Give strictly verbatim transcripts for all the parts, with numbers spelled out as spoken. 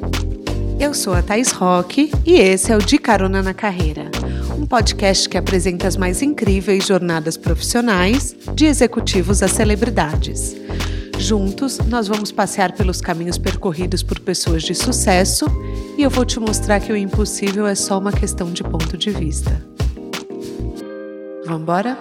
Eu sou a Thaís Roque e esse é o De Carona na Carreira, um podcast que apresenta as mais incríveis jornadas profissionais de executivos a celebridades. Juntos, nós vamos passear pelos caminhos percorridos por pessoas de sucesso e eu vou te mostrar que o impossível é só uma questão de ponto de vista. Vamos embora?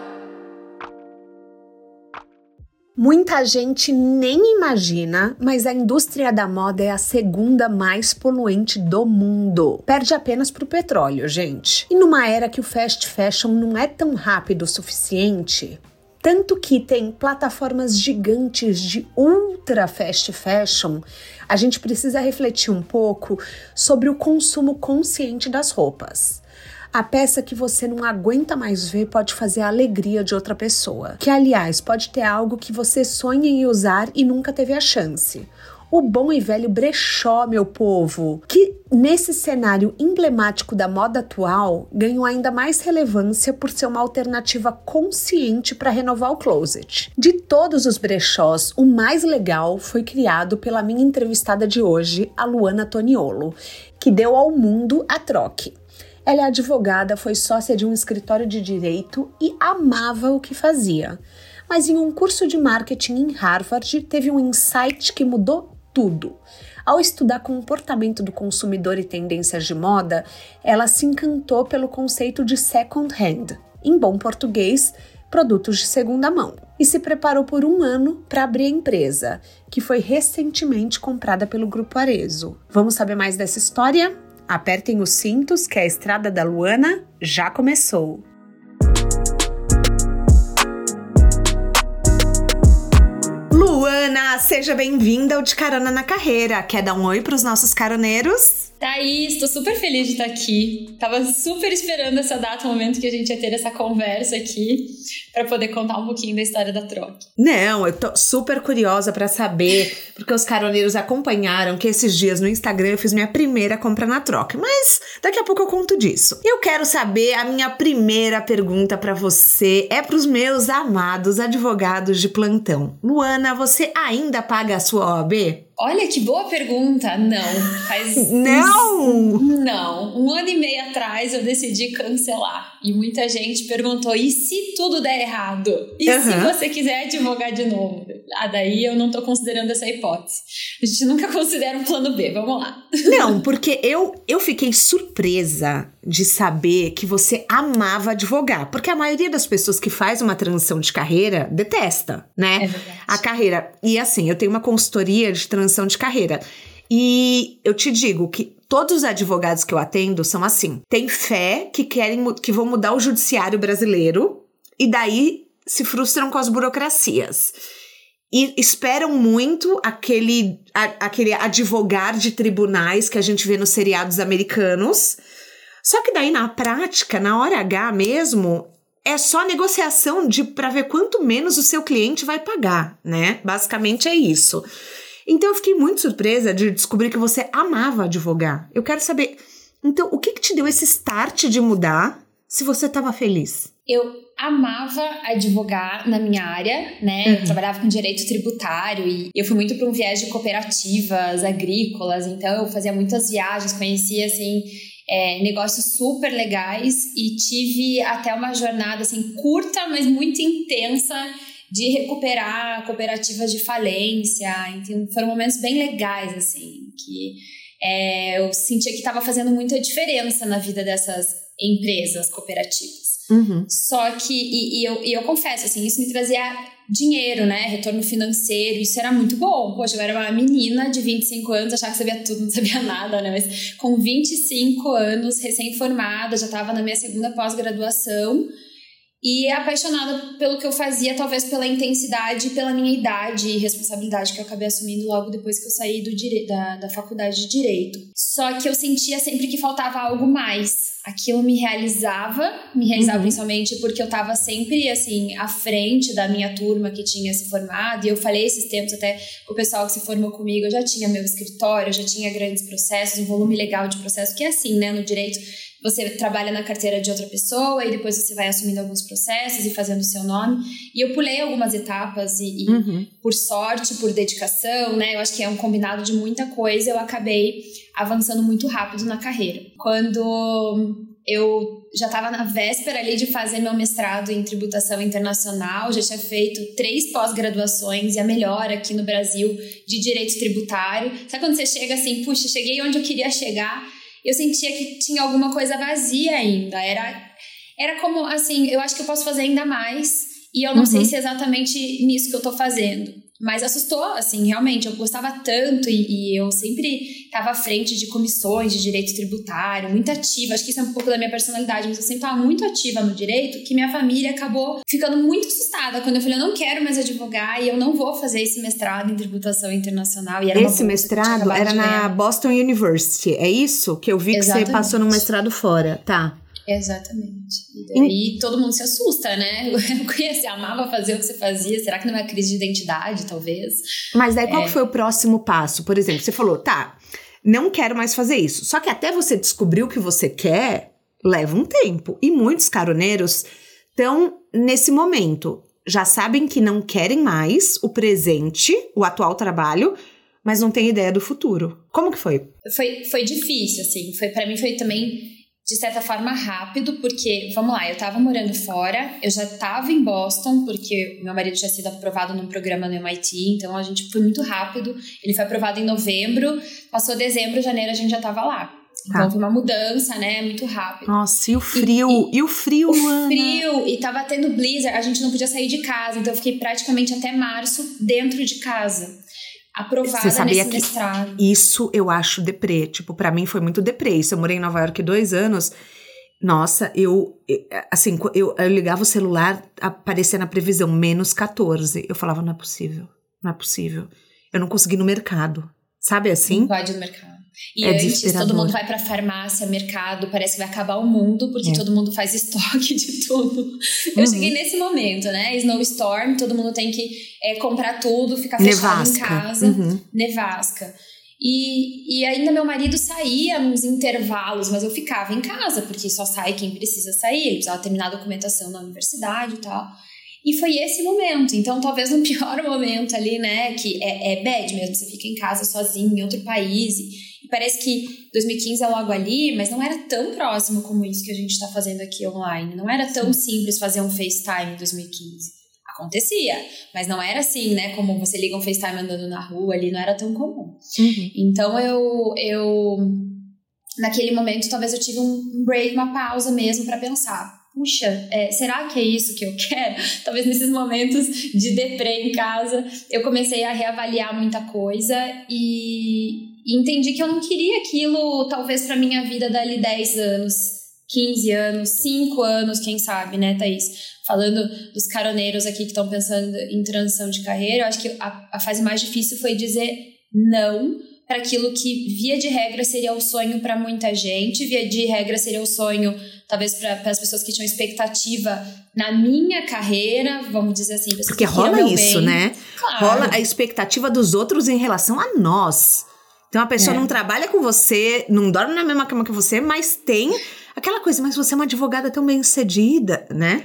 Muita gente nem imagina, mas a indústria da moda é a segunda mais poluente do mundo. Perde apenas para o petróleo, gente. E numa era que o fast fashion não é tão rápido o suficiente, tanto que tem plataformas gigantes de ultra fast fashion, a gente precisa refletir um pouco sobre o consumo consciente das roupas. A peça que você não aguenta mais ver pode fazer a alegria de outra pessoa. Que, aliás, pode ter algo que você sonha em usar e nunca teve a chance. O bom e velho brechó, meu povo, que nesse cenário emblemático da moda atual, ganhou ainda mais relevância por ser uma alternativa consciente para renovar o closet. De todos os brechós, o mais legal foi criado pela minha entrevistada de hoje, a Luana Toniolo, que deu ao mundo a Troque. Ela é advogada, foi sócia de um escritório de direito e amava o que fazia. Mas em um curso de marketing em Harvard, teve um insight que mudou tudo. Ao estudar comportamento do consumidor e tendências de moda, ela se encantou pelo conceito de second hand, em bom português, produtos de segunda mão, e se preparou por um ano para abrir a empresa, que foi recentemente comprada pelo Grupo Arezzo. Vamos saber mais dessa história? Apertem os cintos que a estrada da Luana já começou. Luana, seja bem-vinda ao De Carona na Carreira. Quer dar um oi para os nossos caroneiros? Thaís, tô super feliz de estar aqui. Tava super esperando essa data, o momento que a gente ia ter essa conversa aqui, para poder contar um pouquinho da história da Troque. Não, eu tô super curiosa para saber, porque os caroneiros acompanharam que esses dias no Instagram eu fiz minha primeira compra na Troque, mas daqui a pouco eu conto disso. Eu quero saber, a minha primeira pergunta para você é pros meus amados advogados de plantão. Luana, você ainda paga a sua O A B? Olha, que boa pergunta. Não, faz... Não! Uns... Não, um ano e meio atrás eu decidi cancelar. E muita gente perguntou, e se tudo der errado? E uhum. se você quiser advogar de novo? Ah, daí eu não tô considerando essa hipótese. A gente nunca considera um plano B, vamos lá. Não, porque eu, eu fiquei surpresa de saber que você amava advogar. Porque a maioria das pessoas que faz uma transição de carreira detesta, né? É verdade. A carreira. E assim, eu tenho uma consultoria de transição de carreira. E eu te digo que todos os advogados que eu atendo são assim. Tem fé que querem que vão mudar o judiciário brasileiro e daí se frustram com as burocracias. E esperam muito aquele, a, aquele advogar de tribunais que a gente vê nos seriados americanos. Só que daí na prática, na hora H mesmo, é só negociação de para ver quanto menos o seu cliente vai pagar, né? Basicamente é isso. Então eu fiquei muito surpresa de descobrir que você amava advogar. Eu quero saber, então, o que que te deu esse start de mudar se você estava feliz? Eu amava advogar na minha área, né? Uhum. Eu trabalhava com direito tributário e eu fui muito para um viés de cooperativas agrícolas, então eu fazia muitas viagens, conhecia, assim, é, negócios super legais e tive até uma jornada, assim, curta, mas muito intensa de recuperar cooperativas de falência. Então foram momentos bem legais, assim, que é, eu sentia que estava fazendo muita diferença na vida dessas empresas cooperativas. Uhum. Só que, e, e, eu, e eu confesso, assim, isso me trazia dinheiro, né, retorno financeiro, isso era muito bom. Poxa, eu era uma menina de vinte e cinco anos, achava que sabia tudo, não sabia nada, né, mas com vinte e cinco anos, recém-formada, já estava na minha segunda pós-graduação, e apaixonada pelo que eu fazia, talvez pela intensidade, pela minha idade e responsabilidade que eu acabei assumindo logo depois que eu saí do dire... da, da faculdade de Direito. Só que eu sentia sempre que faltava algo mais. Aquilo me realizava, me realizava uhum. principalmente porque eu estava sempre, assim, à frente da minha turma que tinha se formado, e eu falei esses tempos até com o pessoal que se formou comigo, eu já tinha meu escritório, eu já tinha grandes processos, um volume legal de processos, que é assim, né, no direito, você trabalha na carteira de outra pessoa e depois você vai assumindo alguns processos e fazendo o seu nome. E eu pulei algumas etapas e, e uhum. por sorte, por dedicação, né? Eu acho que é um combinado de muita coisa. Eu acabei avançando muito rápido na carreira. Quando eu já estava na véspera ali de fazer meu mestrado em tributação internacional, já tinha feito três pós-graduações e a melhor aqui no Brasil de direito tributário. Sabe quando você chega assim, puxa, cheguei onde eu queria chegar, eu sentia que tinha alguma coisa vazia ainda. Era, era como, assim, eu acho que eu posso fazer ainda mais e eu não uhum. sei se é exatamente nisso que eu tô fazendo. Mas assustou, assim, realmente, eu gostava tanto e, e eu sempre estava à frente de comissões de direito tributário, muito ativa, acho que isso é um pouco da minha personalidade, mas eu sempre estava muito ativa no direito, que minha família acabou ficando muito assustada quando eu falei, eu não quero mais advogar e eu não vou fazer esse mestrado em tributação internacional. E era esse mestrado era na Boston University, é isso? Que eu vi Exatamente. Que você passou num mestrado fora, tá? Exatamente. E daí e... todo mundo se assusta, né? Eu conheci, amava fazer o que você fazia. Será que não é uma crise de identidade, talvez? Mas daí qual é... que foi o próximo passo? Por exemplo, você falou, tá, não quero mais fazer isso. Só que até você descobrir o que você quer, leva um tempo. E muitos caroneiros estão nesse momento. Já sabem que não querem mais o presente, o atual trabalho, mas não têm ideia do futuro. Como que foi? Foi, foi difícil, assim. Foi, pra mim foi também... de certa forma rápido, porque, vamos lá, eu tava morando fora, eu já tava em Boston, porque meu marido tinha sido aprovado num programa no M I T, então a gente foi muito rápido, ele foi aprovado em novembro, passou dezembro, janeiro a gente já tava lá. Então tá. Foi uma mudança, né, muito rápido. Nossa, e o frio, e, e, e o frio, O Luana? frio, e tava tendo blizzard, a gente não podia sair de casa, então eu fiquei praticamente até março dentro de casa. Aprovada Você sabia nesse que mestrado. Isso eu acho deprê. Tipo, pra mim foi muito deprê. Isso, eu morei em Nova York dois anos. Nossa, eu... Assim, eu, eu ligava o celular, aparecia na previsão menos catorze. Eu falava, não é possível. Não é possível. Eu não consegui ir no mercado. Sabe assim? Não pode ir no mercado. E é antes todo mundo vai pra farmácia, mercado, parece que vai acabar o mundo, porque é. todo mundo faz estoque de tudo. Eu uhum. cheguei nesse momento, né? Snowstorm, todo mundo tem que é, comprar tudo, ficar fechado Nevasca. Em casa. Uhum. Nevasca. E, e ainda meu marido saía nos intervalos, mas eu ficava em casa, porque só sai quem precisa sair, ele precisava terminar a documentação na universidade e tal. E foi esse momento, então talvez no pior momento ali, né, que é, é bad mesmo, você fica em casa sozinho, em outro país, e, e parece que dois mil e quinze é logo ali, mas não era tão próximo como isso que a gente tá fazendo aqui online, não era tão simples fazer um FaceTime em dois mil e quinze, acontecia, mas não era assim, né, como você liga um FaceTime andando na rua ali, não era tão comum. Uhum. Então eu, eu, naquele momento talvez eu tive um break, uma pausa mesmo pra pensar, puxa, é, será que é isso que eu quero? Talvez nesses momentos de deprê em casa, eu comecei a reavaliar muita coisa e, e entendi que eu não queria aquilo, talvez, pra minha vida dali dez anos, quinze anos, cinco anos, quem sabe, né, Thaís? Falando dos caroneiros aqui que estão pensando em transição de carreira, eu acho que a, a fase mais difícil foi dizer não para aquilo que, via de regra, seria o sonho para muita gente, via de regra seria o sonho, talvez, para as pessoas que tinham expectativa na minha carreira, vamos dizer assim. Porque rola isso, bem. Né? Claro. Rola a expectativa dos outros em relação a nós. Então, a pessoa é. não trabalha com você, não dorme na mesma cama que você, mas tem aquela coisa, mas você é uma advogada tão bem-sucedida, né?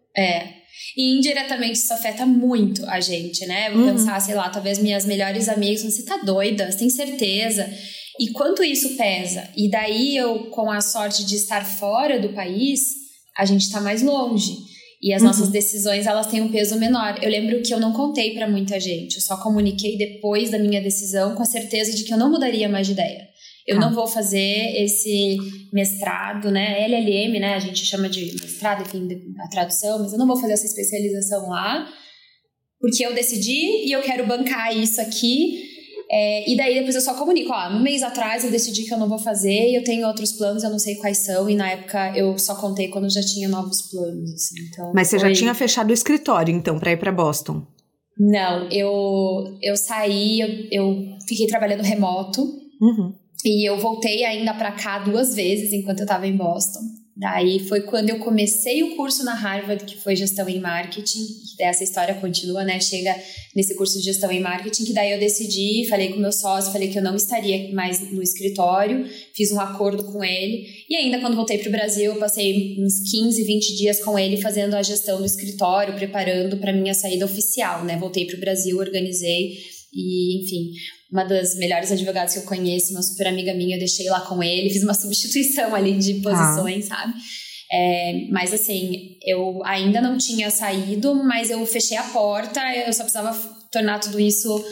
É. E indiretamente isso afeta muito a gente, né? Vou uhum. pensar, sei lá, talvez minhas melhores amigas, você tá doida, você tem certeza? E quanto isso pesa? E daí eu, com a sorte de estar fora do país, a gente tá mais longe. E as uhum. nossas decisões, elas têm um peso menor. Eu lembro que eu não contei pra muita gente, eu só comuniquei depois da minha decisão com a certeza de que eu não mudaria mais de ideia. Eu ah. não vou fazer esse mestrado, né, L L M, né, a gente chama de mestrado, enfim, a tradução, mas eu não vou fazer essa especialização lá, porque eu decidi e eu quero bancar isso aqui, é, e daí depois eu só comunico, ó, um mês atrás eu decidi que eu não vou fazer, e eu tenho outros planos, eu não sei quais são, e na época eu só contei quando eu já tinha novos planos, assim, então... Mas você foi... já tinha fechado o escritório, então, pra ir pra Boston? Não, eu, eu saí, eu, eu fiquei trabalhando remoto, uhum. E eu voltei ainda pra cá duas vezes enquanto eu tava em Boston. Daí foi quando eu comecei o curso na Harvard, que foi gestão em marketing. Que essa história continua, né? Chega nesse curso de gestão em marketing, que daí eu decidi, falei com o meu sócio, falei que eu não estaria mais no escritório, fiz um acordo com ele. E ainda quando voltei pro Brasil, eu passei uns quinze, vinte dias com ele fazendo a gestão do escritório, preparando pra minha saída oficial, né? Voltei pro Brasil, organizei e, enfim... uma das melhores advogadas que eu conheço, uma super amiga minha, eu deixei lá com ele, fiz uma substituição ali de posições, ah. sabe? É, mas assim, eu ainda não tinha saído, mas eu fechei a porta, eu só precisava tornar tudo isso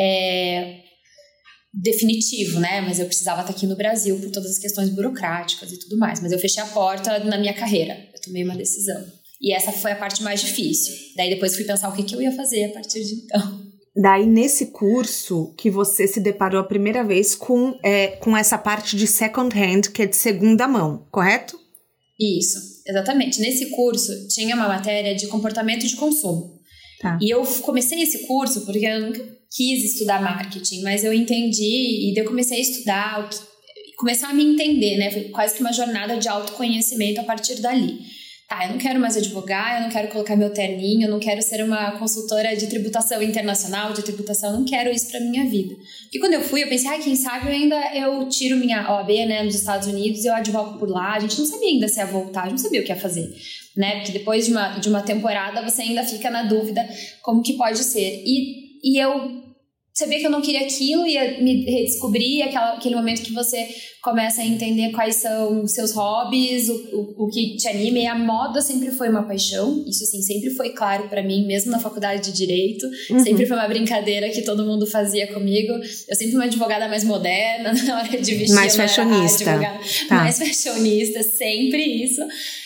é, definitivo, né? Mas eu precisava estar aqui no Brasil por todas as questões burocráticas e tudo mais. Mas eu fechei a porta na minha carreira, eu tomei uma decisão. E essa foi a parte mais difícil. Daí depois fui pensar o que, que eu ia fazer a partir de então. Daí nesse curso que você se deparou a primeira vez com, é, com essa parte de second hand, que é de segunda mão, correto? Isso, exatamente. Nesse curso tinha uma matéria de comportamento de consumo. Tá. E eu comecei esse curso porque eu nunca quis estudar marketing, mas eu entendi e daí eu comecei a estudar, começar a me entender, né? Foi quase que uma jornada de autoconhecimento a partir dali. Tá, eu não quero mais advogar, eu não quero colocar meu terninho, eu não quero ser uma consultora de tributação internacional, de tributação, eu não quero isso pra minha vida. Porque quando eu fui, eu pensei, ah, quem sabe eu ainda eu tiro minha O A B, né, nos Estados Unidos, eu advogo por lá, a gente não sabia ainda se ia voltar, a gente não sabia o que ia fazer, né, porque depois de uma, de uma temporada você ainda fica na dúvida como que pode ser. E, e eu sabia que eu não queria aquilo, ia me redescobrir, aquela, aquele momento que você começa a entender quais são os seus hobbies, o, o, o que te anima, e a moda sempre foi uma paixão, isso assim, sempre foi claro pra mim, mesmo na faculdade de Direito, uhum. sempre foi uma brincadeira que todo mundo fazia comigo, eu sempre fui uma advogada mais moderna, na hora de vestir, mais fashionista, tá. mais fashionista, sempre isso.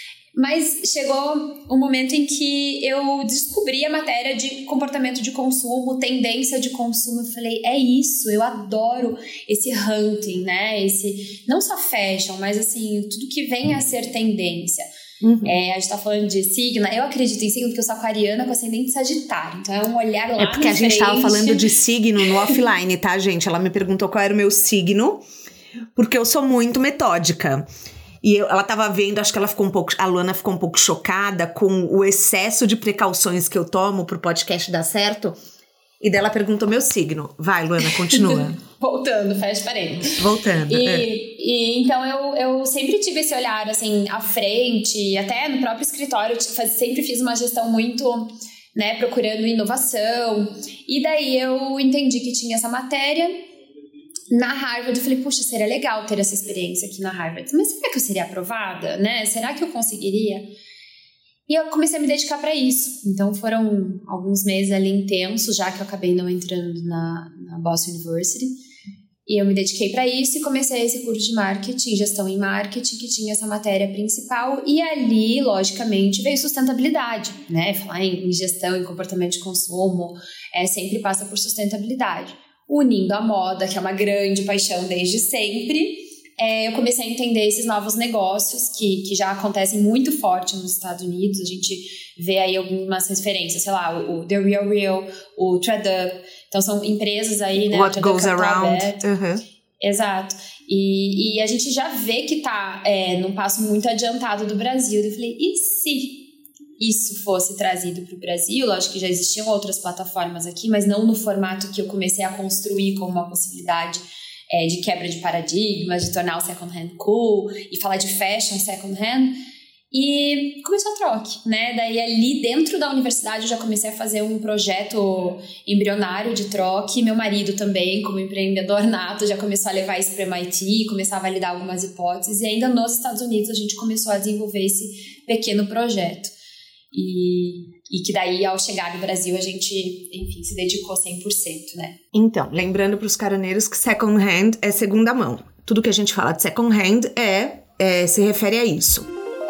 Mas chegou um momento em que eu descobri a matéria de comportamento de consumo, tendência de consumo. Eu falei, é isso, eu adoro esse hunting, né? Esse, não só fashion, mas assim, tudo que vem a ser tendência. Uhum. É, a gente tá falando de signo, eu acredito em signo porque eu sou aquariana com ascendente sagitário, então é um olhar lá. É porque a gente tava falando de signo no offline, tá, gente? Ela me perguntou qual era o meu signo, porque eu sou muito metódica. E eu, ela tava vendo, acho que ela ficou um pouco, a Luana ficou um pouco chocada com o excesso de precauções que eu tomo pro podcast dar certo. E daí ela perguntou meu signo. Vai, Luana, continua. Voltando, fecha parênteses. Voltando. E, é. e então eu, eu sempre tive esse olhar, assim, à frente, até no próprio escritório, eu sempre fiz uma gestão muito, né, procurando inovação. E daí eu entendi que tinha essa matéria. Na Harvard, eu falei, puxa, seria legal ter essa experiência aqui na Harvard. Mas será que eu seria aprovada, né? Será que eu conseguiria? E eu comecei a me dedicar para isso. Então, foram alguns meses ali intensos, já que eu acabei não entrando na, na Boston University. E eu me dediquei para isso e comecei esse curso de marketing, gestão em marketing, que tinha essa matéria principal. E ali, logicamente, veio sustentabilidade, né? Falar em, em gestão, em comportamento de consumo, é, sempre passa por sustentabilidade. Unindo a moda, que é uma grande paixão desde sempre, é, eu comecei a entender esses novos negócios que, que já acontecem muito forte nos Estados Unidos. A gente vê aí algumas referências, sei lá, o, o The Real Real, o ThredUp. Então, são empresas aí, né? What Goes Around. Uhum. Exato. E, e a gente já vê que tá é, num passo muito adiantado do Brasil. Eu falei, e se isso fosse trazido para o Brasil? Lógico que já existiam outras plataformas aqui, mas não no formato que eu comecei a construir como uma possibilidade é, de quebra de paradigmas, de tornar o second hand cool e falar de fashion second hand. E começou a troque, né? Daí ali dentro da universidade eu já comecei a fazer um projeto embrionário de troque. Meu marido também, como empreendedor nato, já começou a levar isso para o M I T, começar a validar algumas hipóteses. E ainda nos Estados Unidos a gente começou a desenvolver esse pequeno projeto. E, e que daí, ao chegar no Brasil, a gente, enfim, se dedicou cem por cento, né? Então, lembrando para os caroneiros que second hand é segunda mão. Tudo que a gente fala de second hand é, é se refere a isso.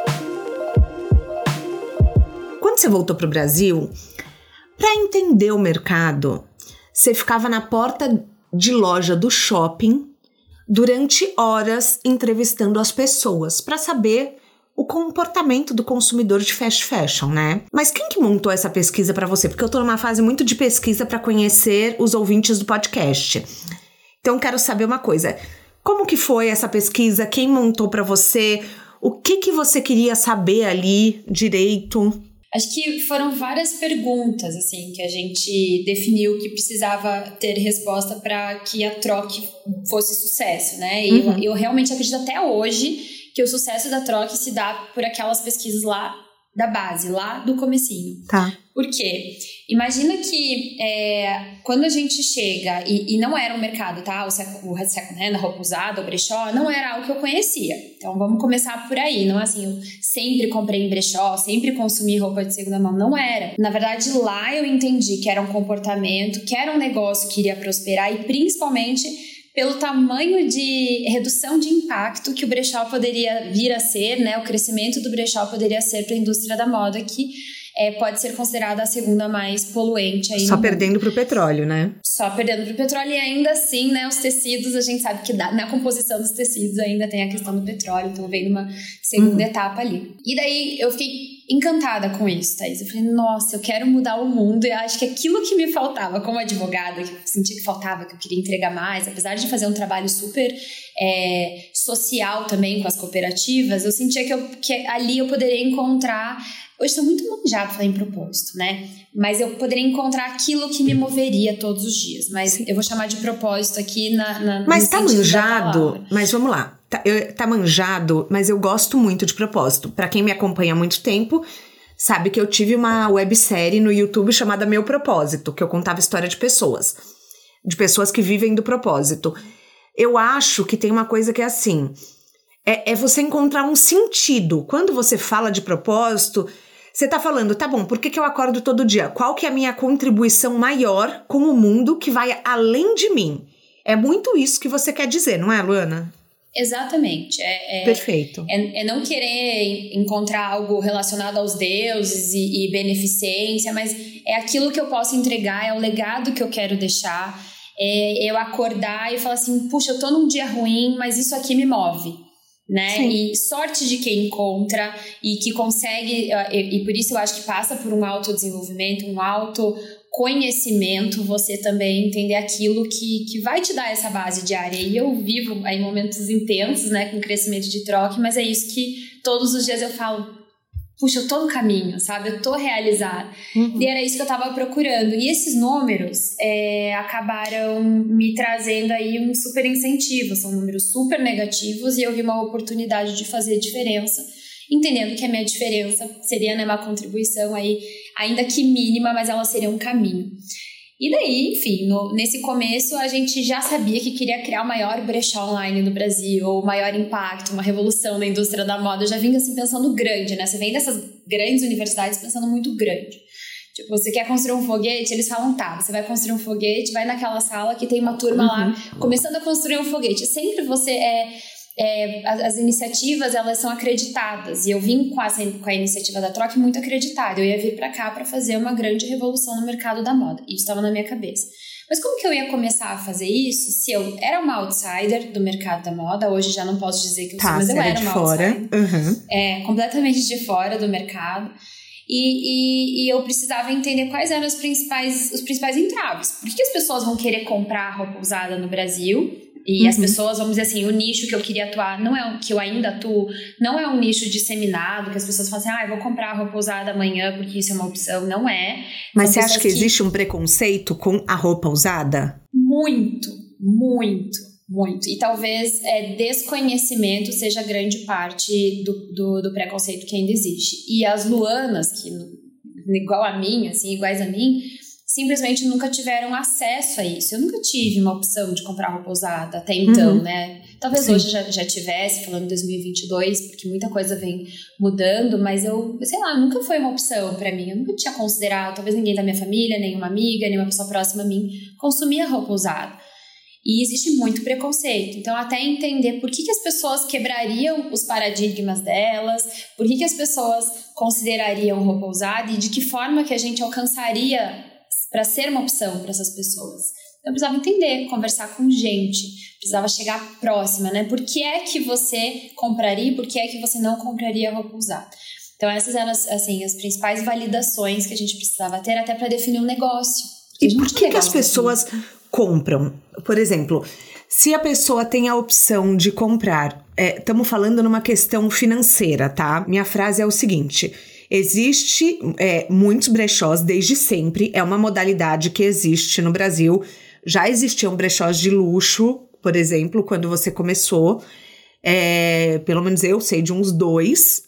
Quando você voltou para o Brasil, para entender o mercado, você ficava na porta de loja do shopping durante horas entrevistando as pessoas para saber o comportamento do consumidor de fast fashion, né? Mas quem que montou essa pesquisa para você? Porque eu tô numa fase muito de pesquisa para conhecer os ouvintes do podcast. Então, quero saber uma coisa. Como que foi essa pesquisa? Quem montou para você? O que que você queria saber ali direito? Acho que foram várias perguntas, assim, que a gente definiu que precisava ter resposta para que a troque fosse sucesso, né? E uhum. eu, eu realmente acredito até hoje que o sucesso da troca se dá por aquelas pesquisas lá da base, lá do comecinho. Tá. Por quê? Imagina que é, quando a gente chega, e, e não era um mercado, tá? O second hand, a roupa usada, o brechó, não era algo que eu conhecia. Então vamos começar por aí. Não é assim, eu sempre comprei em brechó, sempre consumi roupa de segunda mão. Não era. Na verdade, lá eu entendi que era um comportamento, que era um negócio que iria prosperar e principalmente pelo tamanho de redução de impacto que o brechó poderia vir a ser, né? O crescimento do brechó poderia ser para a indústria da moda, que é, pode ser considerada a segunda mais poluente. Aí Só perdendo para o petróleo, né? Só perdendo para o petróleo e ainda assim, né? Os tecidos, a gente sabe que dá, na composição dos tecidos ainda tem a questão do petróleo, então vem numa segunda uhum. etapa ali. E daí eu fiquei encantada com isso, Thaís. Eu falei, nossa, eu quero mudar o mundo e acho que aquilo que me faltava como advogada, que eu sentia que faltava, que eu queria entregar mais, apesar de fazer um trabalho super é, social também com as cooperativas, eu sentia que, eu, que ali eu poderia encontrar... Hoje estou muito manjado falar em propósito, né? Mas eu poderia encontrar aquilo que me moveria todos os dias. Mas Sim. eu vou chamar de propósito aqui na... na mas tá manjado, mas vamos lá. Tá, eu, tá manjado, mas eu gosto muito de propósito. Pra quem me acompanha há muito tempo, sabe que eu tive uma websérie no YouTube chamada Meu Propósito, que eu contava história de pessoas. De pessoas que vivem do propósito. Eu acho que tem uma coisa que é assim... É, é você encontrar um sentido. Quando você fala de propósito... Você tá falando, tá bom, por que que eu acordo todo dia? Qual que é a minha contribuição maior com o mundo que vai além de mim? É muito isso que você quer dizer, não é, Luana? Exatamente. É, é, Perfeito. É, é não querer encontrar algo relacionado aos deuses e, e beneficência, mas é aquilo que eu posso entregar, é o legado que eu quero deixar. É eu acordar e falar assim, puxa, eu tô num dia ruim, mas isso aqui me move. Né? E sorte de quem encontra e que consegue, e, e por isso eu acho que passa por um autodesenvolvimento, um autoconhecimento, você também entender aquilo que, que vai te dar essa base diária. E eu vivo aí momentos intensos, né, com crescimento de troca, mas é isso que todos os dias eu falo, puxa, eu tô no caminho, sabe? Eu tô realizada. Uhum. E era isso que eu tava procurando. E esses números é, acabaram me trazendo aí um super incentivo. São números super negativos e eu vi uma oportunidade de fazer diferença, entendendo que a minha diferença seria, né, uma contribuição aí, ainda que mínima, mas ela seria um caminho. E daí, enfim, no, nesse começo a gente já sabia que queria criar o maior brechó online no Brasil, o maior impacto, uma revolução na indústria da moda. Eu já vim assim pensando grande, né? Você vem dessas grandes universidades pensando muito grande. Tipo, você quer construir um foguete? Eles falam, tá, você vai construir um foguete, vai naquela sala que tem uma turma uhum. lá começando a construir um foguete. Sempre você é... É, as, as iniciativas, elas são acreditadas, e eu vim com, essa, com a iniciativa da troca muito acreditada. Eu ia vir para cá para fazer uma grande revolução no mercado da moda, isso estava na minha cabeça. Mas como que eu ia começar a fazer isso se eu era uma outsider do mercado da moda? Hoje já não posso dizer que eu tá, sou, mas eu era de uma fora. outsider Uhum. é, completamente de fora do mercado. E, e, e eu precisava entender quais eram os principais, os principais entraves. Por que as pessoas vão querer comprar roupa usada no Brasil? E uhum. as pessoas, vamos dizer assim, o nicho que eu queria atuar, não é o que eu ainda atuo, não é um nicho disseminado, que as pessoas falam assim, ah, eu vou comprar roupa usada amanhã porque isso é uma opção. Não é. Mas São você acha que, que existe um preconceito com a roupa usada? Muito, muito, muito. E talvez é, desconhecimento seja grande parte do, do, do preconceito que ainda existe. E as Luanas, que igual a mim, assim, iguais a mim, simplesmente nunca tiveram acesso a isso. Eu nunca tive uma opção de comprar roupa usada até então, uhum. né? Talvez Sim. hoje já, já tivesse, falando em dois mil e vinte e dois, porque muita coisa vem mudando, mas eu, sei lá, nunca foi uma opção pra mim. Eu nunca tinha considerado, talvez ninguém da minha família, nenhuma amiga, nenhuma pessoa próxima a mim consumia roupa usada. E existe muito preconceito. Então, até entender por que, que as pessoas quebrariam os paradigmas delas, por que, que as pessoas considerariam roupa usada e de que forma que a gente alcançaria para ser uma opção para essas pessoas. Eu precisava entender, conversar com gente, precisava chegar próxima, né? Por que é que você compraria e por que é que você não compraria roupa usada? Então essas eram assim, as principais validações que a gente precisava ter até para definir um negócio. E por que, que as pessoas compram? Por exemplo, se a pessoa tem a opção de comprar, estamos é, falando numa questão financeira, tá? Minha frase é o seguinte... Existe é, muitos brechós desde sempre, é uma modalidade que existe no Brasil. Já existiam brechós de luxo, por exemplo, quando você começou. É, pelo menos eu sei de uns dois,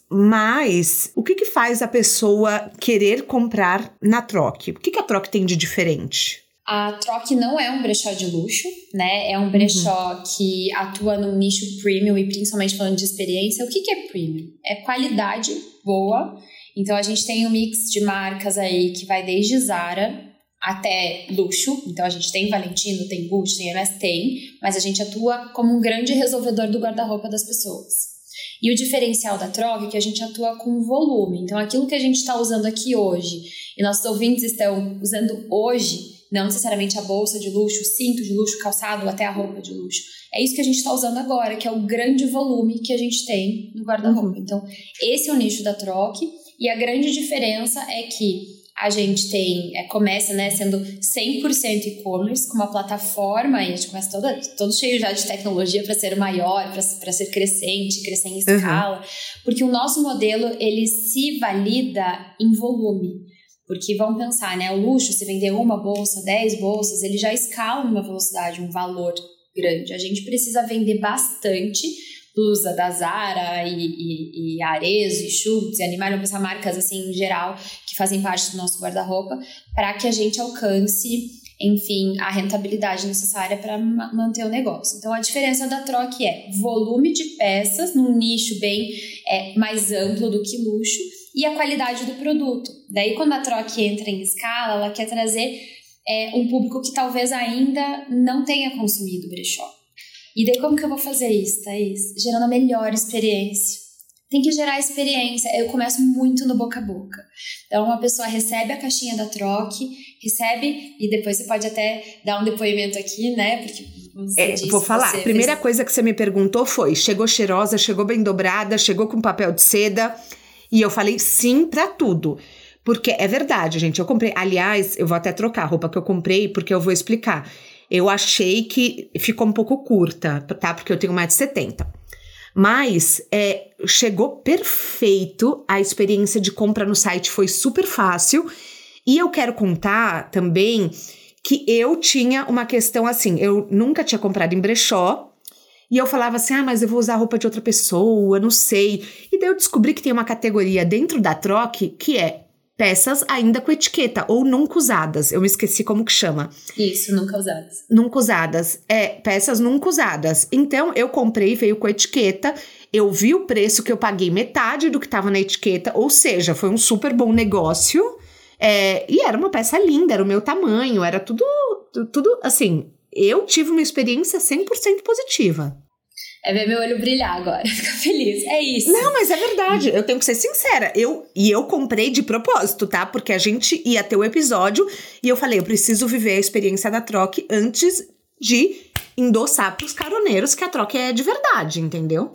mas o que que faz a pessoa querer comprar na Troc? O que que a Troc tem de diferente? A Troc não é um brechó de luxo, né? É um brechó uhum. que atua num nicho premium e principalmente falando de experiência. O que que é premium? É qualidade boa. Então a gente tem um mix de marcas aí que vai desde Zara até luxo, então a gente tem Valentino, tem Gucci, tem Hermès, tem, mas a gente atua como um grande resolvedor do guarda-roupa das pessoas. E o diferencial da Troc é que a gente atua com volume, então aquilo que a gente está usando aqui hoje, e nossos ouvintes estão usando hoje, não necessariamente a bolsa de luxo, o cinto de luxo, calçado, até a roupa de luxo. É isso que a gente está usando agora, que é o grande volume que a gente tem no guarda-roupa. Uhum. Então, esse é o nicho da Troc, e a grande diferença é que a gente tem, é, começa, né, sendo cem por cento e-commerce, com uma plataforma, e a gente começa toda, todo cheio já de tecnologia para ser maior, para ser crescente, crescer em escala, uhum. porque o nosso modelo, ele se valida em volume. Porque vamos pensar, né, o luxo, se vender uma bolsa, dez bolsas, ele já escala numa velocidade, um valor grande. A gente precisa vender bastante blusa da Zara e, e, e Arezzo e Schutz e Animal, vamos pensar marcas assim em geral que fazem parte do nosso guarda-roupa, para que a gente alcance, enfim, a rentabilidade necessária para ma- manter o negócio. Então a diferença da Troc é volume de peças num nicho bem é, mais amplo do que luxo e a qualidade do produto. Daí quando a Troc entra em escala, ela quer trazer é, um público que talvez ainda não tenha consumido brechó. E daí como que eu vou fazer isso, Thaís? Gerando a melhor experiência. Tem que gerar experiência. Eu começo muito no boca a boca. Então uma pessoa recebe a caixinha da Troc, recebe, e depois você pode até dar um depoimento aqui, né? Porque você é, disse, vou falar, a primeira fez... coisa que você me perguntou foi, chegou cheirosa, chegou bem dobrada, chegou com papel de seda, e eu falei sim pra tudo. Porque é verdade, gente, eu comprei, aliás, eu vou até trocar a roupa que eu comprei, porque eu vou explicar. Eu achei que ficou um pouco curta, tá? Porque eu tenho um metro e setenta. Mas é, chegou perfeito, a experiência de compra no site foi super fácil. E eu quero contar também que eu tinha uma questão assim, eu nunca tinha comprado em brechó. E eu falava assim, ah, mas eu vou usar a roupa de outra pessoa, não sei. E daí eu descobri que tem uma categoria dentro da Troc que é peças ainda com etiqueta, ou nunca usadas. Eu me esqueci como que chama. Isso, nunca usadas. Nunca usadas. É, peças nunca usadas. Então, eu comprei, veio com etiqueta, eu vi o preço que eu paguei metade do que estava na etiqueta, ou seja, foi um super bom negócio. É, e era uma peça linda, era o meu tamanho, era tudo, tudo assim, eu tive uma experiência cem por cento positiva. É ver meu olho brilhar agora, ficar feliz, é isso. Não, mas é verdade, eu tenho que ser sincera, eu, e eu comprei de propósito, tá? Porque a gente ia ter o episódio e eu falei, eu preciso viver a experiência da Troc antes de endossar pros caroneiros que a Troc é de verdade, entendeu?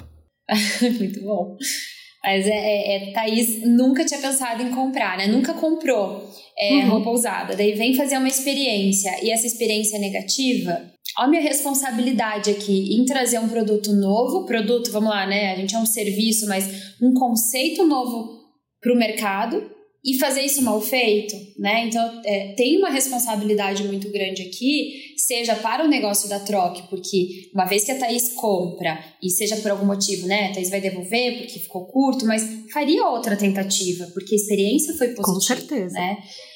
Muito bom. Mas é, é, é, Thaís nunca tinha pensado em comprar, né? Nunca comprou é, uhum. roupa usada. Daí vem fazer uma experiência e essa experiência é negativa. Olha a minha responsabilidade aqui em trazer um produto novo. Produto, vamos lá, né? A gente é um serviço, mas um conceito novo para o mercado e fazer isso mal feito, né? Então, é, tem uma responsabilidade muito grande aqui, seja para o negócio da Troc, porque uma vez que a Thaís compra, e seja por algum motivo, né? A Thaís vai devolver porque ficou curto, mas faria outra tentativa, porque a experiência foi positiva. Com certeza. Né?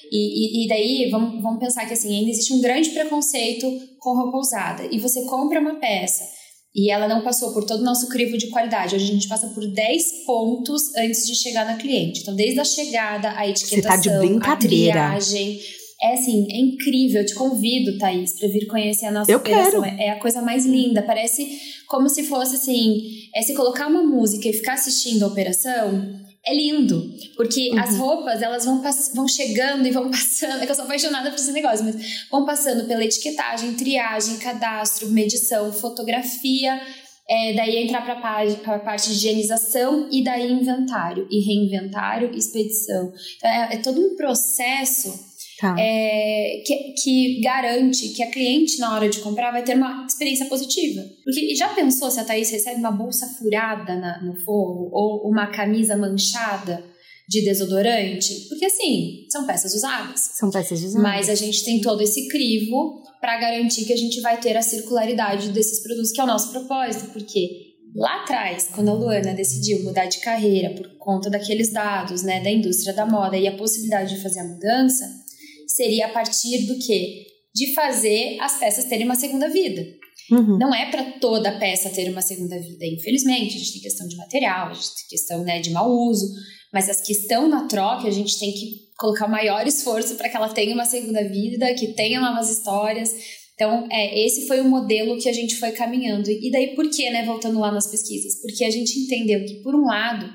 E, e, e daí, vamos, vamos pensar que assim, ainda existe um grande preconceito com roupa usada. E você compra uma peça e ela não passou por todo o nosso crivo de qualidade. Hoje a gente passa por dez pontos antes de chegar na cliente. Então, desde a chegada, a etiquetação, Você tá de brincadeira. A triagem. É assim, é incrível. Eu te convido, Thaís, para vir conhecer a nossa Eu operação. quero. É a coisa mais linda. Parece como se fosse assim, é se colocar uma música e ficar assistindo a operação. É lindo, porque uhum. as roupas, elas vão, pass- vão chegando e vão passando, é que eu sou apaixonada por esse negócio, mas vão passando pela etiquetagem, triagem, cadastro, medição, fotografia, é, daí entrar para a parte de higienização e daí inventário, e reinventário, expedição. Então, é, é todo um processo tá. é, que, que garante que a cliente, na hora de comprar, vai ter uma experiência positiva. Porque já pensou se a Thaís recebe uma bolsa furada na, no forro ou uma camisa manchada de desodorante? Porque, assim, são peças usadas. São peças usadas. Mas a gente tem todo esse crivo para garantir que a gente vai ter a circularidade desses produtos, que é o nosso propósito. Porque Lá atrás, quando a Luana decidiu mudar de carreira por conta daqueles dados, né, da indústria da moda e a possibilidade de fazer a mudança, seria a partir do quê? De fazer as peças terem uma segunda vida. Uhum. Não é para toda peça ter uma segunda vida, infelizmente. A gente tem questão de material, a gente tem questão, né, de mau uso, mas as que estão na troca, a gente tem que colocar o maior esforço para que ela tenha uma segunda vida, que tenha novas histórias. Então, é, esse foi o modelo que a gente foi caminhando. E daí, por quê, né, voltando lá nas pesquisas? Porque a gente entendeu que, por um lado,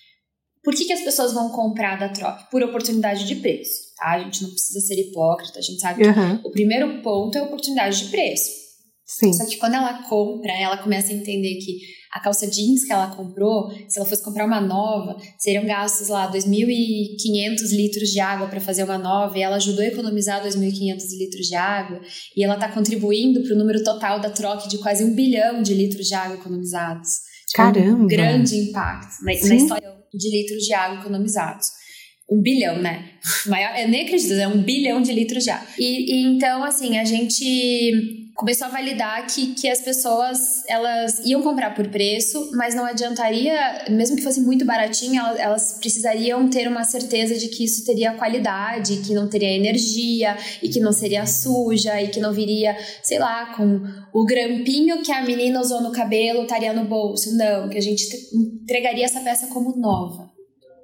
por que, que as pessoas vão comprar da troca? Por oportunidade de preço, tá? A gente não precisa ser hipócrita, a gente sabe uhum. que o primeiro ponto é a oportunidade de preço. Sim. Só que quando ela compra, ela começa a entender que a calça jeans que ela comprou, se ela fosse comprar uma nova, seriam gastos lá dois mil e quinhentos litros de água para fazer uma nova, e ela ajudou a economizar dois mil e quinhentos litros de água, e ela está contribuindo para o número total da troca de quase um bilhão de litros de água economizados. Caramba! Um grande impacto na, na história de litros de água economizados. Um bilhão, né? Maior, eu nem acredito, é um bilhão de litros de água. E, e então, assim, a gente começou a validar que, que as pessoas, elas iam comprar por preço, mas não adiantaria, mesmo que fosse muito baratinho, elas, elas precisariam ter uma certeza de que isso teria qualidade, que não teria energia, e que não seria suja, e que não viria, sei lá, com o grampinho que a menina usou no cabelo estaria no bolso. Não, que a gente entregaria essa peça como nova.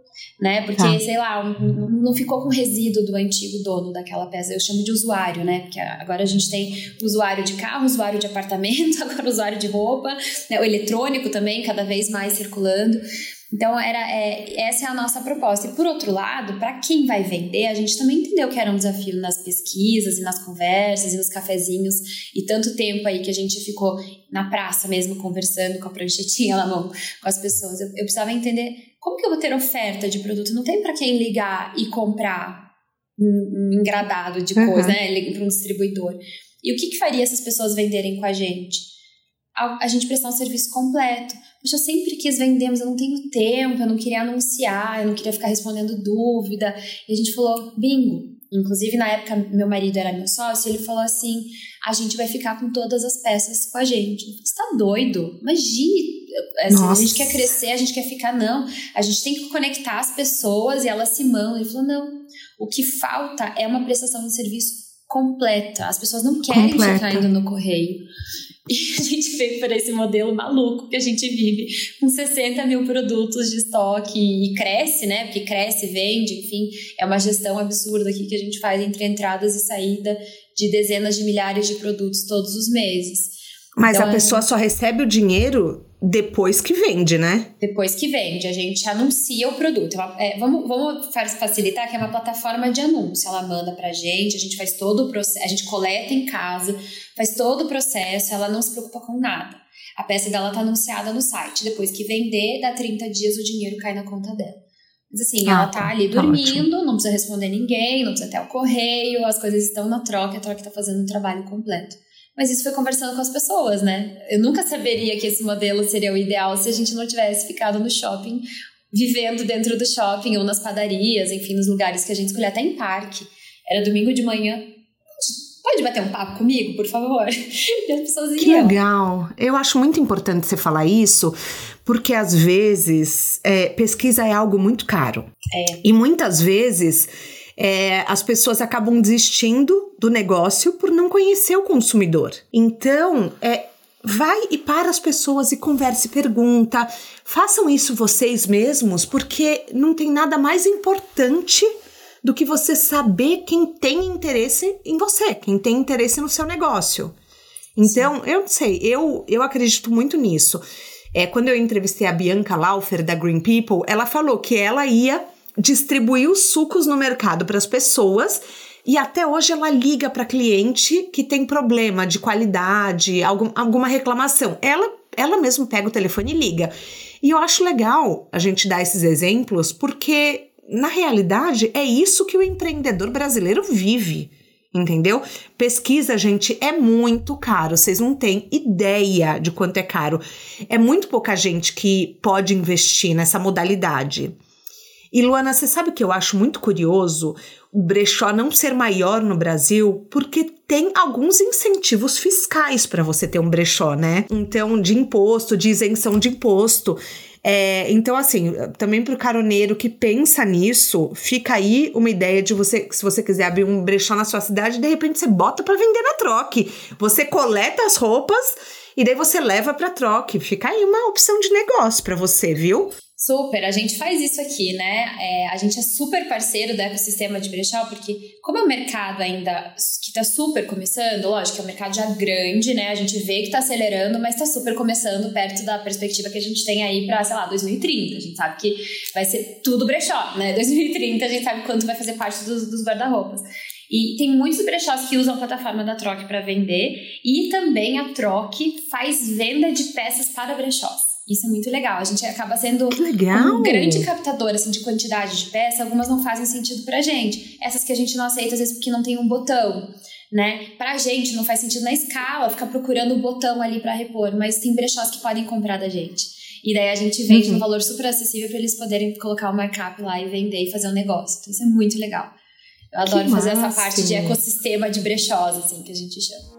Né? Porque, tá. sei lá, um, não ficou com resíduo do antigo dono daquela peça. Eu chamo de usuário, né? Porque agora a gente tem usuário de carro, usuário de apartamento, agora usuário de roupa, né? O eletrônico também, cada vez mais circulando. Então, era, é, essa é a nossa proposta. E, por outro lado, para quem vai vender, a gente também entendeu que era um desafio nas pesquisas e nas conversas e nos cafezinhos. E tanto tempo aí que a gente ficou na praça mesmo, conversando com a pranchetinha na mão com as pessoas. Eu, eu precisava entender como que eu vou ter oferta de produto. Não tem para quem ligar e comprar um, um engradado de coisa, uhum. né? Para um distribuidor. E o que, que faria essas pessoas venderem com a gente? A, a gente prestar um serviço completo. Poxa, eu sempre quis vender, mas eu não tenho tempo, eu não queria anunciar, eu não queria ficar respondendo dúvida. E a gente falou, bingo. Inclusive, na época, meu marido era meu sócio, ele falou assim, a gente vai ficar com todas as peças com a gente. Você tá doido? Imagine, assim, a gente quer crescer, a gente quer ficar, não. A gente tem que conectar as pessoas e elas se mandam. Ele falou, não, o que falta é uma prestação de serviço completa. As pessoas não querem completa. Ficar indo no correio. E a gente veio para esse modelo maluco que a gente vive, com sessenta mil produtos de estoque e cresce, né? Porque cresce, vende, enfim, é uma gestão absurda aqui que a gente faz entre entradas e saída de dezenas de milhares de produtos todos os meses. Mas então, a pessoa a gente... só recebe o dinheiro depois que vende, né? Depois que vende, a gente anuncia o produto. É, vamos, vamos facilitar, que é uma plataforma de anúncio. Ela manda pra gente, a gente faz todo o processo, a gente coleta em casa, faz todo o processo, ela não se preocupa com nada. A peça dela tá anunciada no site. Depois que vender, dá trinta dias, o dinheiro cai na conta dela. Mas assim, ah, ela tá ali tá dormindo, ótimo. Não precisa responder ninguém, não precisa ter o correio, as coisas estão na troca, a troca tá fazendo um trabalho completo. Mas isso foi conversando com as pessoas, né? Eu nunca saberia que esse modelo seria o ideal se a gente não tivesse ficado no shopping, vivendo dentro do shopping ou nas padarias, enfim, nos lugares que a gente escolheu, até em parque. Era domingo de manhã. Pode bater um papo comigo, por favor? E as pessoas iam. Que legal. Eu acho muito importante você falar isso, porque às vezes é, pesquisa é algo muito caro. É. E muitas vezes... É, as pessoas acabam desistindo do negócio por não conhecer o consumidor. Então, é, vai e para as pessoas e converse, pergunta. Façam isso vocês mesmos, porque não tem nada mais importante do que você saber quem tem interesse em você, quem tem interesse no seu negócio. Então, Sim. eu não sei, eu, eu acredito muito nisso. É, quando eu entrevistei a Bianca Laufer, da Green People, ela falou que ela ia distribuir os sucos no mercado para as pessoas e até hoje ela liga para cliente que tem problema de qualidade, algum, alguma reclamação. Ela, ela mesma pega o telefone e liga. E eu acho legal a gente dar esses exemplos porque, na realidade, é isso que o empreendedor brasileiro vive, entendeu? Pesquisa, gente, é muito caro. Vocês não têm ideia de quanto é caro. É muito pouca gente que pode investir nessa modalidade. E, Luana, você sabe o que eu acho muito curioso? o brechó não ser maior no Brasil porque tem alguns incentivos fiscais para você ter um brechó, né? Então, de imposto, de isenção de imposto. É, então, assim, também pro caroneiro que pensa nisso, fica aí uma ideia de você, se você quiser abrir um brechó na sua cidade, de repente você bota para vender na troque. Você coleta as roupas e daí você leva pra troque. Fica aí uma opção de negócio para você, viu? Super, a gente faz isso aqui, né? É, a gente é super parceiro do ecossistema de brechó, porque como é um mercado ainda que tá super começando, lógico que é um mercado já grande, né? A gente vê que tá acelerando, mas tá super começando perto da perspectiva que a gente tem aí pra, sei lá, dois mil e trinta. A gente sabe que vai ser tudo brechó, né? dois mil e trinta a gente sabe quanto vai fazer parte dos, dos guarda-roupas. E tem muitos brechós que usam a plataforma da Troque para vender, e também a Troque faz venda de peças para brechós. Isso é muito legal. A gente acaba sendo um grande captador assim, de quantidade de peças. Algumas não fazem sentido pra gente. Essas que a gente não aceita, às vezes, porque não tem um botão, né? Pra gente, não faz sentido na escala ficar procurando o botão ali pra repor. Mas tem brechós que podem comprar da gente. E daí a gente vende uhum. num valor super acessível pra eles poderem colocar o markup lá e vender e fazer um negócio. Então, isso é muito legal. Eu adoro que fazer massa. Essa parte de ecossistema de brechós, assim, que a gente chama.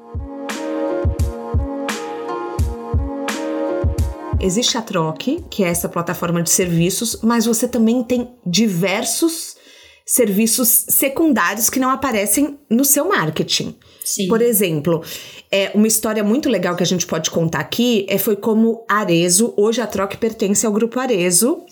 Existe a Troque, que é essa plataforma de serviços, mas você também tem diversos serviços secundários que não aparecem no seu marketing. Sim. Por exemplo, é, uma história muito legal que a gente pode contar aqui é, foi como Arezzo, hoje a Troque pertence ao grupo Arezzo,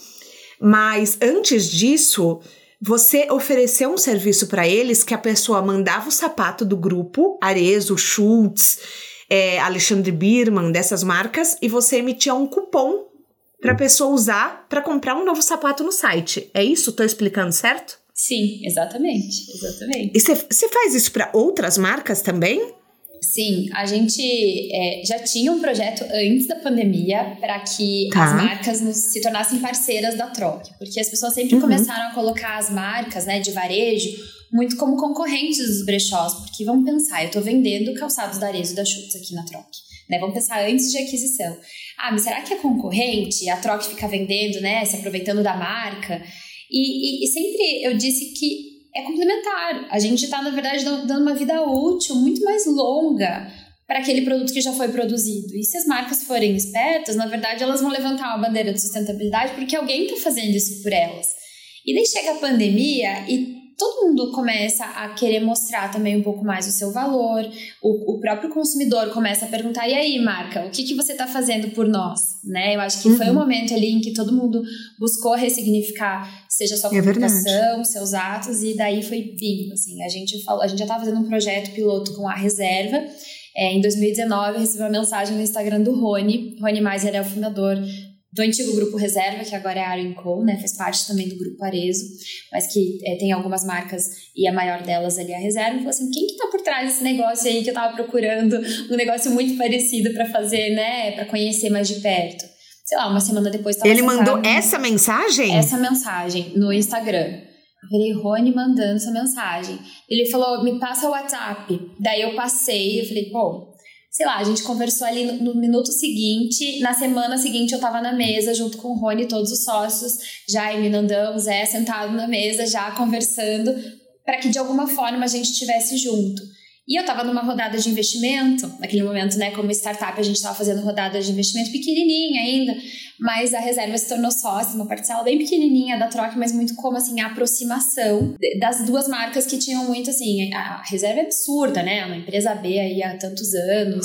mas antes disso, você ofereceu um serviço para eles que a pessoa mandava o sapato do grupo, Arezzo, Schultz, É, Alexandre Birman, dessas marcas, e você emitia um cupom para a pessoa usar para comprar um novo sapato no site. É isso? Tô explicando certo? Sim, exatamente, exatamente. E você faz isso para outras marcas também? Sim, a gente é, já tinha um projeto antes da pandemia para que tá. as marcas nos, se tornassem parceiras da Troque, porque as pessoas sempre uhum. começaram a colocar as marcas, né, de varejo muito como concorrentes dos brechós, porque vamos pensar, eu estou vendendo calçados da Arezzo e da Schultz aqui na Troque, né? Vamos pensar antes de aquisição. Ah, mas será que é concorrente? A Troque fica vendendo, né? Se aproveitando da marca? E, e, e sempre eu disse que é complementar. A gente está, na verdade, dando uma vida útil muito mais longa para aquele produto que já foi produzido. E se as marcas forem espertas, na verdade, elas vão levantar uma bandeira de sustentabilidade porque alguém está fazendo isso por elas. E daí chega a pandemia e todo mundo começa a querer mostrar também um pouco mais o seu valor, o, o próprio consumidor começa a perguntar, e aí, marca, o que, que você está fazendo por nós? Né? Eu acho que uhum. foi um momento ali em que todo mundo buscou ressignificar, seja sua comunicação, é seus atos, e daí foi bingo, assim, a gente, falou, a gente já estava fazendo um projeto piloto com a Reserva, é, em dois mil e dezenove eu recebi uma mensagem no Instagram do Rony, Rony Maiser é o fundador do antigo grupo Reserva, que agora é a Aero and Co, né, faz parte também do grupo Arezzo, mas que é, tem algumas marcas e a maior delas ali é a Reserva, e falou assim, quem que tá por trás desse negócio aí que eu tava procurando um negócio muito parecido pra fazer, né, pra conhecer mais de perto. Sei lá, uma semana depois tava Ele mandou essa mensagem? Essa mensagem no Instagram. Eu falei, Rony mandando essa mensagem. Ele falou, me passa o WhatsApp. Daí eu passei, eu falei, pô, sei lá, a gente conversou ali no, no minuto seguinte, na semana seguinte eu tava na mesa junto com o Rony, todos os sócios, Jaime, Nandão, Zé, sentado na mesa já conversando para que de alguma forma a gente estivesse junto. E eu tava numa rodada de investimento, naquele momento, né, como startup a gente tava fazendo rodada de investimento pequenininha ainda, mas a Reserva se tornou sócia, uma parcela bem pequenininha da Troque, mas muito como, assim, a aproximação das duas marcas que tinham muito, assim, a Reserva é absurda, né, uma empresa B aí há tantos anos,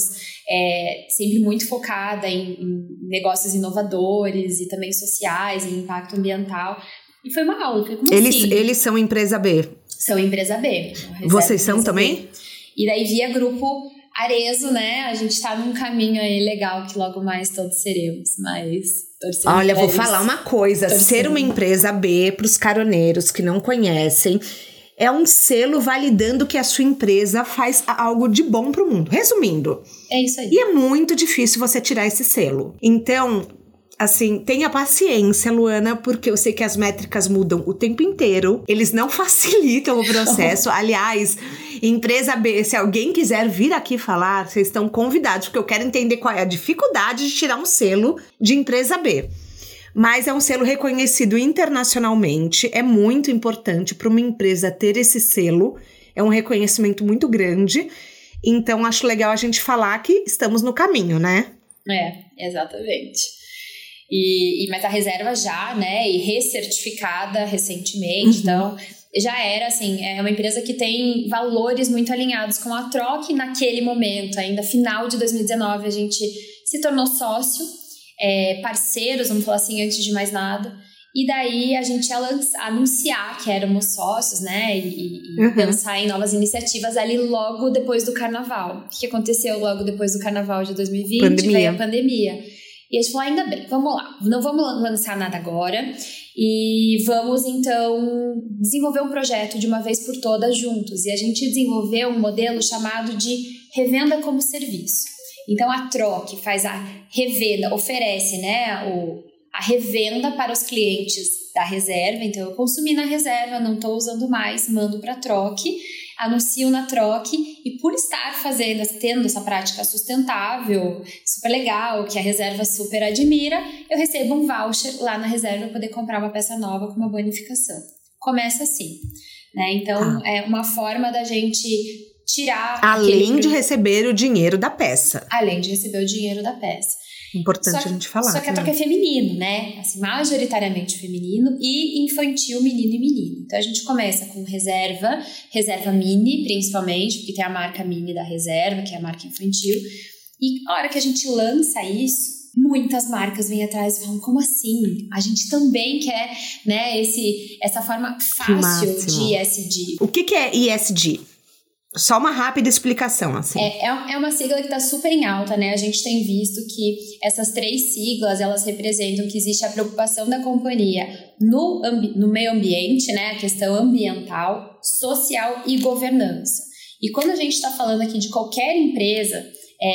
é sempre muito focada em, em negócios inovadores e também sociais, em impacto ambiental, e foi uma aula, foi como eles, assim? Eles são empresa B? São empresa B. Vocês são também? B. E daí via grupo Arezzo, né? A gente tá num caminho aí legal que logo mais todos seremos, mas torcendo. Olha, vou falar uma coisa, torcendo. Ser uma empresa B pros caroneiros que não conhecem é um selo validando que a sua empresa faz algo de bom pro mundo. Resumindo. É isso aí. E é muito difícil você tirar esse selo. Então, assim, tenha paciência, Luana, porque eu sei que as métricas mudam o tempo inteiro. Eles não facilitam o processo. Aliás, empresa B, se alguém quiser vir aqui falar, vocês estão convidados, porque eu quero entender qual é a dificuldade de tirar um selo de empresa B. mas é um selo reconhecido internacionalmente. É muito importante para uma empresa ter esse selo. É um reconhecimento muito grande. Então, acho legal a gente falar que estamos no caminho, né? É, exatamente. E, e, mas a reserva já, né, e recertificada recentemente, uhum. Então já era assim, é uma empresa que tem valores muito alinhados com a Troc. Naquele momento, ainda final de dois mil e dezenove, a gente se tornou sócio, é, parceiros, vamos falar assim, antes de mais nada. E daí a gente ia lançar, anunciar que éramos sócios, né, e, e uhum. pensar em novas iniciativas ali logo depois do carnaval. O que aconteceu logo depois do carnaval de dois mil e vinte? Pandemia. Veio a pandemia. E a gente falou, ainda bem, vamos lá, não vamos lançar nada agora e vamos então desenvolver um projeto de uma vez por todas juntos. E a gente desenvolveu um modelo chamado de revenda como serviço. Então a Troc faz a revenda, oferece, né, o, a revenda para os clientes da reserva. Então eu consumi na reserva, não estou usando mais, mando para a Troc, anuncio na Troc, e por estar fazendo, tendo essa prática sustentável, super legal, que a reserva super admira, eu recebo um voucher lá na reserva para poder comprar uma peça nova com uma bonificação. Começa assim, né? Então, ah. é uma forma da gente tirar... Além aquele... de receber o dinheiro da peça. Além de receber o dinheiro da peça. Importante só, a gente falar. Só que a Troc é feminino, né? Assim, majoritariamente feminino e infantil, menino e menina. Então a gente começa com reserva, reserva mini, principalmente, porque tem a marca mini da reserva, que é a marca infantil. E a hora que a gente lança isso, muitas marcas vêm atrás e falam, como assim? A gente também quer, né, esse, essa forma fácil de E S G. O que, que é E S G? Só uma rápida explicação, assim. É, é uma sigla que está super em alta, né? A gente tem visto que essas três siglas, elas representam que existe a preocupação da companhia no, ambi- no meio ambiente, né? A questão ambiental, social e governança. E quando a gente está falando aqui de qualquer empresa,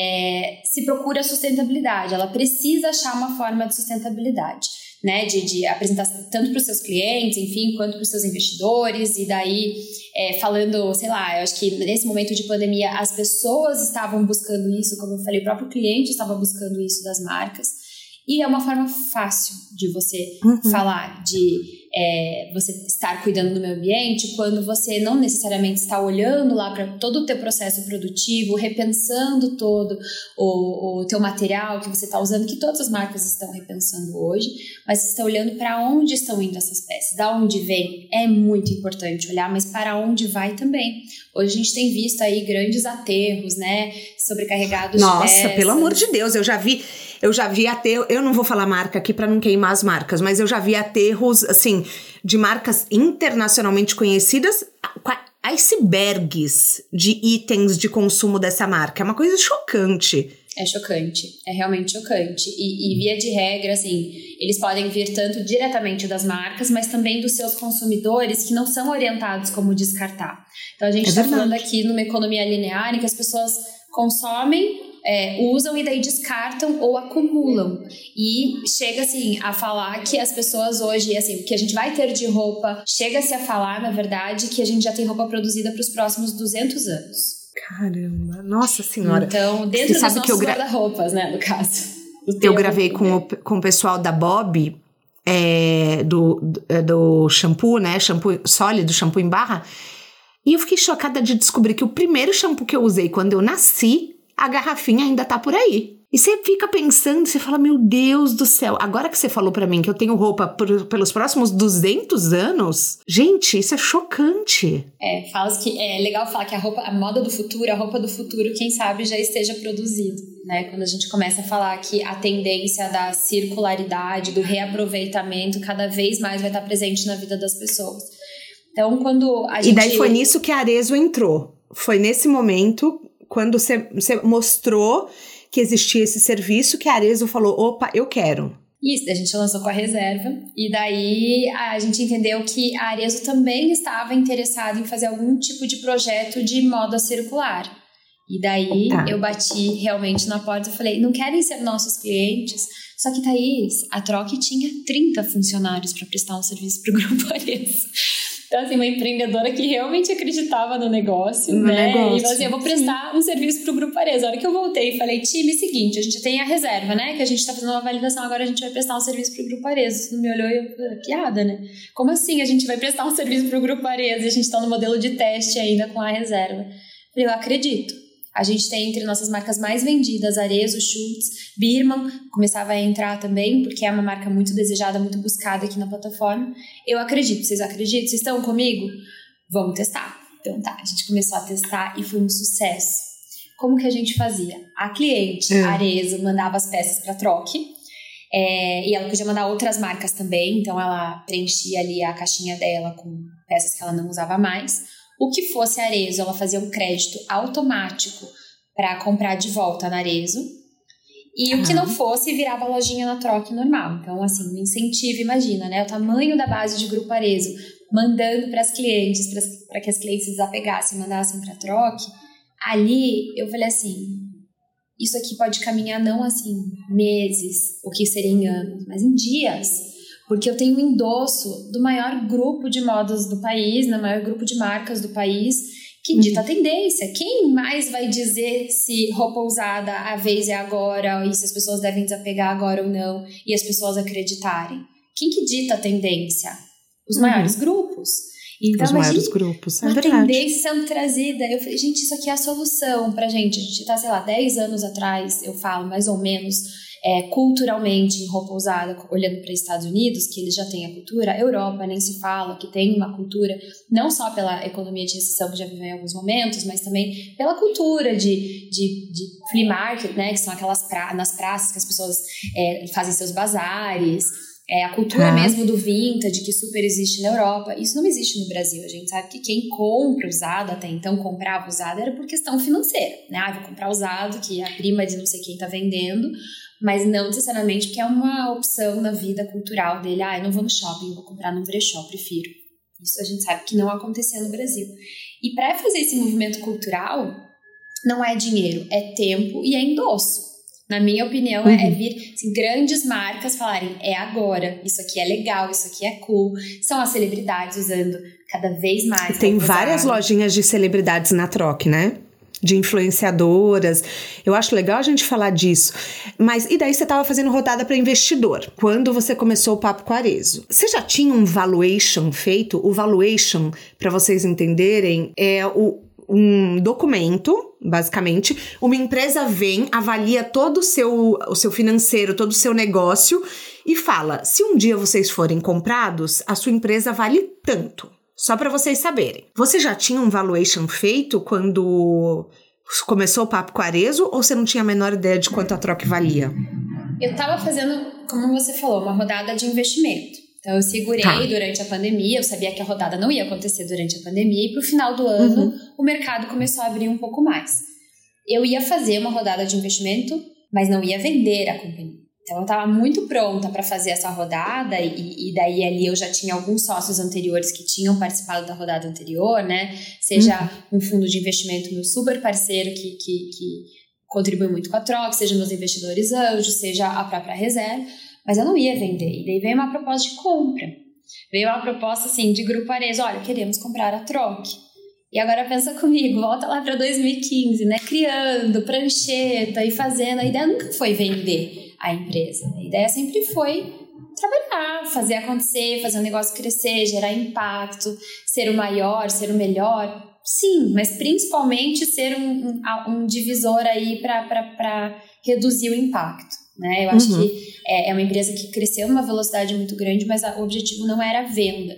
é, se procura sustentabilidade. Ela precisa achar uma forma de sustentabilidade, né, de, de apresentar tanto para os seus clientes, enfim, quanto para os seus investidores. E daí, é, falando, sei lá, eu acho que nesse momento de pandemia as pessoas estavam buscando isso, como eu falei, o próprio cliente estava buscando isso das marcas. E é uma forma fácil de você uhum. falar de é, você estar cuidando do meio ambiente quando você não necessariamente está olhando lá para todo o teu processo produtivo, repensando todo o, o teu material que você está usando, que todas as marcas estão repensando hoje, mas você está olhando para onde estão indo essas peças, da onde vem. É muito importante olhar, mas para onde vai também. Hoje a gente tem visto aí grandes aterros, né, sobrecarregados Nossa, de peças. Nossa, pelo amor de Deus, eu já vi... Eu já vi aterros, eu não vou falar marca aqui para não queimar as marcas, mas eu já vi aterros, assim, de marcas internacionalmente conhecidas, icebergs de itens de consumo dessa marca. É uma coisa chocante. É chocante, é realmente chocante. E, e via de regra, assim, eles podem vir tanto diretamente das marcas, mas também dos seus consumidores que não são orientados como descartar. Então a gente está é falando aqui numa economia linear em que as pessoas consomem, É, usam e daí descartam ou acumulam. E chega assim a falar que as pessoas hoje, assim, o que a gente vai ter de roupa, chega-se a falar, na verdade, que a gente já tem roupa produzida para os próximos duzentos anos. Caramba, nossa senhora. Então, dentro dos nossos gra... guarda-roupas, né, no caso. Eu gravei com o, com o pessoal da Bob, é, do, do shampoo, né, shampoo sólido, shampoo em barra, e eu fiquei chocada de descobrir que o primeiro shampoo que eu usei quando eu nasci, a garrafinha ainda tá por aí. E você fica pensando, você fala, meu Deus do céu, agora que você falou pra mim que eu tenho roupa por, pelos próximos duzentos anos, gente, isso é chocante. É, fala que é legal falar que a roupa, a moda do futuro, a roupa do futuro, quem sabe já esteja produzido, né? Quando a gente começa a falar que a tendência da circularidade, do reaproveitamento, cada vez mais vai estar presente na vida das pessoas. Então, quando a gente... E daí foi nisso que a Arezzo entrou. Foi nesse momento... Quando você, você mostrou que existia esse serviço, que a Arezzo falou, opa, eu quero. Isso, a gente lançou com a reserva. E daí a gente entendeu que a Arezzo também estava interessada em fazer algum tipo de projeto de moda circular. E daí tá. eu bati realmente na porta e falei, não querem ser nossos clientes? Só que, Thaís, a Troc tinha trinta funcionários para prestar um serviço para o Grupo Arezzo. Então, assim, uma empreendedora que realmente acreditava no negócio, no né? Negócio. E falou assim, eu vou prestar Sim. um serviço pro Grupo Arezzo. A hora que eu voltei e falei, time, seguinte, a gente tem a reserva, né? Que a gente tá fazendo uma validação, agora a gente vai prestar um serviço pro Grupo Arezzo. Não me olhou e eu falei, piada, né? Como assim a gente vai prestar um serviço pro Grupo Arezzo e a gente tá no modelo de teste ainda com a reserva? Eu falei, eu acredito. A gente tem entre nossas marcas mais vendidas, Arezzo, Schultz, Birman, começava a entrar também, porque é uma marca muito desejada, muito buscada aqui na plataforma. Eu acredito, vocês acreditam? Vocês estão comigo? Vamos testar. Então tá, a gente começou a testar e foi um sucesso. Como que a gente fazia? A cliente, é. a Arezzo, mandava as peças para troque, é, e ela podia mandar outras marcas também, então ela preenchia ali a caixinha dela com peças que ela não usava mais. O que fosse Arezzo, ela fazia um crédito automático para comprar de volta na Arezzo. E uhum. o que não fosse, virava a lojinha na troca normal. Então, assim, um incentivo, imagina, né? O tamanho da base de Grupo Arezzo, mandando para as clientes, para que as clientes se desapegassem, mandassem para troca. Ali, eu falei assim, isso aqui pode caminhar não assim, meses, o que seria em anos, mas em dias. Porque eu tenho um endosso do maior grupo de modas do país, no maior grupo de marcas do país, que dita a tendência. Quem mais vai dizer se roupa usada a vez é agora, e se as pessoas devem desapegar agora ou não, e as pessoas acreditarem? Quem que dita a tendência? Os uhum. maiores grupos. Então, Os maiores grupos, é uma verdade. tendência sendo trazida. Eu falei, gente, isso aqui é a solução pra gente. A gente tá, sei lá, dez anos atrás, eu falo, mais ou menos... É, culturalmente em roupa usada, olhando para os Estados Unidos, que eles já têm a cultura, a Europa nem se fala, que tem uma cultura, não só pela economia de recessão que já viveu em alguns momentos, mas também pela cultura de, de, de flea market, né, que são aquelas pra, nas praças que as pessoas é, fazem seus bazares, é, a cultura ah. mesmo do vintage, que super existe na Europa. Isso não existe no Brasil. A gente sabe que quem compra usado, até então comprava usado, era por questão financeira, né? Ah, vou comprar usado, que a prima de não sei quem tá vendendo, mas não necessariamente porque é uma opção na vida cultural dele. Ah, eu não vou no shopping, vou comprar no brechó, prefiro. Isso a gente sabe que não acontecia no Brasil. E para fazer esse movimento cultural, não é dinheiro, é tempo e é endosso. Na minha opinião, uhum. é vir assim, grandes marcas falarem, é agora, isso aqui é legal, isso aqui é cool. São as celebridades usando cada vez mais. Tem várias lojinhas de celebridades na troca, né? De influenciadoras. Eu acho legal a gente falar disso. Mas e daí você estava fazendo rodada para investidor, quando você começou o papo com a Arezzo. Você já tinha um valuation feito? O valuation, para vocês entenderem, é o, um documento, basicamente. Uma empresa vem, avalia todo o seu, o seu financeiro, todo o seu negócio e fala, se um dia vocês forem comprados, a sua empresa vale tanto. Só para vocês saberem. Você já tinha um valuation feito quando começou o papo com a Arezzo ou você não tinha a menor ideia de quanto a troca valia? Eu estava fazendo, como você falou, uma rodada de investimento. Então eu segurei tá. durante a pandemia, eu sabia que a rodada não ia acontecer durante a pandemia e pro final do ano uhum. o mercado começou a abrir um pouco mais. Eu ia fazer uma rodada de investimento, mas não ia vender a companhia. Então, eu estava muito pronta para fazer essa rodada e, e daí ali eu já tinha alguns sócios anteriores que tinham participado da rodada anterior, né? Seja uhum. um fundo de investimento meu super parceiro que, que, que contribui muito com a troca, seja meus investidores anjos, seja a própria reserva, mas eu não ia vender. E daí veio uma proposta de compra. Veio uma proposta assim de Grupo Arezzo, olha, queremos comprar a troca. E agora pensa comigo, volta lá para dois mil e quinze, né? Criando prancheta e fazendo. A ideia nunca foi vender a empresa. A ideia sempre foi trabalhar, fazer acontecer, fazer o negócio crescer, gerar impacto, ser o maior, ser o melhor. Sim, mas principalmente ser um, um, um divisor aí para reduzir o impacto. Né? Eu acho uhum. que é, é uma empresa que cresceu numa velocidade muito grande, mas a, o objetivo não era a venda.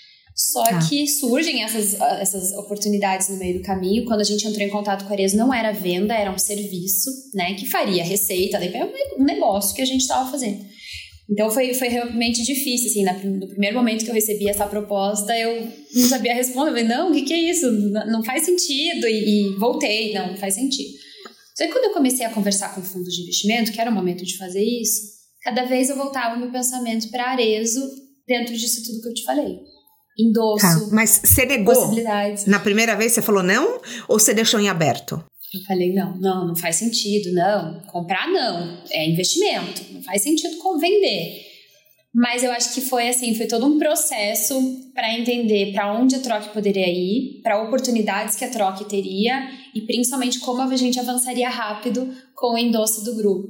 Só ah. que surgem essas, essas oportunidades no meio do caminho. Quando a gente entrou em contato com a Arezzo, não era venda, era um serviço, né, que faria receita, daí era um negócio que a gente estava fazendo. Então foi, foi realmente difícil, assim, na, no primeiro momento que eu recebi essa proposta, eu não sabia responder, eu falei, não, o que, que é isso? Não faz sentido, e, e voltei, não, não faz sentido. Só que quando eu comecei a conversar com fundos de investimento, que era o momento de fazer isso, cada vez eu voltava meu pensamento para a Arezzo dentro disso tudo que eu te falei. Endosso, tá, mas você negou? Possibilidades. Na primeira vez você falou não? Ou você deixou em aberto? Eu falei, não, não, não faz sentido, não. Comprar, não. É investimento. Não faz sentido com vender. Mas eu acho que foi assim, foi todo um processo para entender para onde a Troc poderia ir, para oportunidades que a Troc teria e principalmente como a gente avançaria rápido com o endosso do grupo.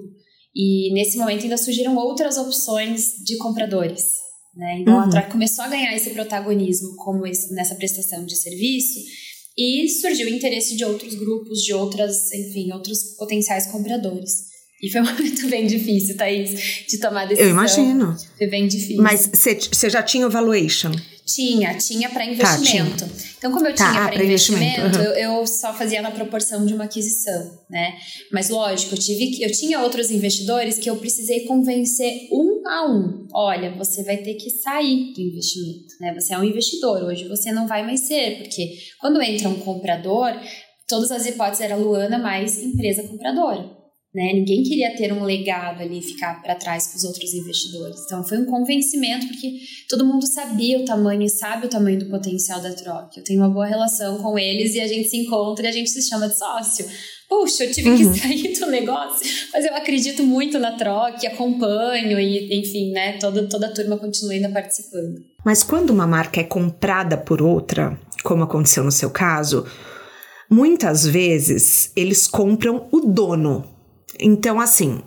E nesse momento ainda surgiram outras opções de compradores, né? Então uhum. a Troc começou a ganhar esse protagonismo como esse, nessa prestação de serviço e surgiu o interesse de outros grupos, de outras, enfim, outros potenciais compradores. E foi um momento bem difícil, Thaís, de tomar decisão. Eu imagino. Foi bem difícil. Mas você já tinha o valuation? Tinha, tinha para investimento. Tá, tinha. Então, como eu tinha tá, para investimento, investimento uhum. eu, eu só fazia na proporção de uma aquisição, né? Mas, lógico, eu, tive, eu tinha outros investidores que eu precisei convencer um a um. Olha, você vai ter que sair do investimento, né? Você é um investidor, hoje você não vai mais ser, porque quando entra um comprador, todas as hipóteses era Luana mais empresa compradora. Né? Ninguém queria ter um legado ali, ficar para trás com os outros investidores. Então, foi um convencimento, porque todo mundo sabia o tamanho e sabe o tamanho do potencial da Troc. Eu tenho uma boa relação com eles e a gente se encontra e a gente se chama de sócio. Puxa, eu tive uhum. que sair do negócio, mas eu acredito muito na Troc, acompanho e, enfim, né? Toda, toda a turma continua ainda participando. Mas quando uma marca é comprada por outra, como aconteceu no seu caso, muitas vezes eles compram o dono. Então, assim,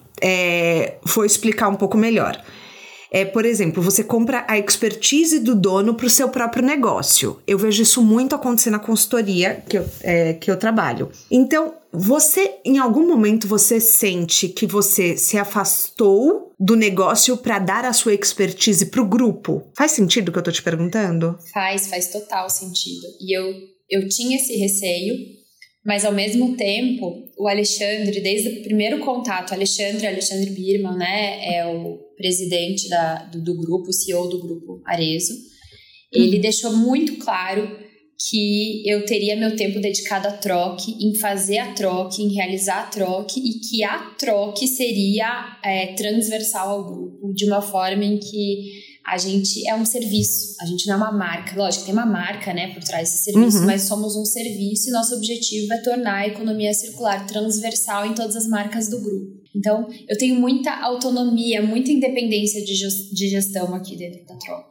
é, vou explicar um pouco melhor. É, por exemplo, você compra a expertise do dono para o seu próprio negócio. Eu vejo isso muito acontecer na consultoria que eu, é, que eu trabalho. Então, você, em algum momento, você sente que você se afastou do negócio para dar a sua expertise para o grupo? Faz sentido o que eu tô te perguntando? Faz, faz total sentido. E eu, eu tinha esse receio. Mas, ao mesmo tempo, o Alexandre, desde o primeiro contato, Alexandre, Alexandre Birman, né, é o presidente da, do, do grupo, o C E O do grupo Arezzo, ele uhum. deixou muito claro que eu teria meu tempo dedicado à Troc, em fazer a Troc, em realizar a Troc, e que a Troc seria é, transversal ao grupo, de uma forma em que a gente é um serviço, a gente não é uma marca. Lógico, tem uma marca, né, por trás desse serviço, uhum. mas somos um serviço e nosso objetivo é tornar a economia circular transversal em todas as marcas do grupo. Então, eu tenho muita autonomia, muita independência de gestão aqui dentro da Troc.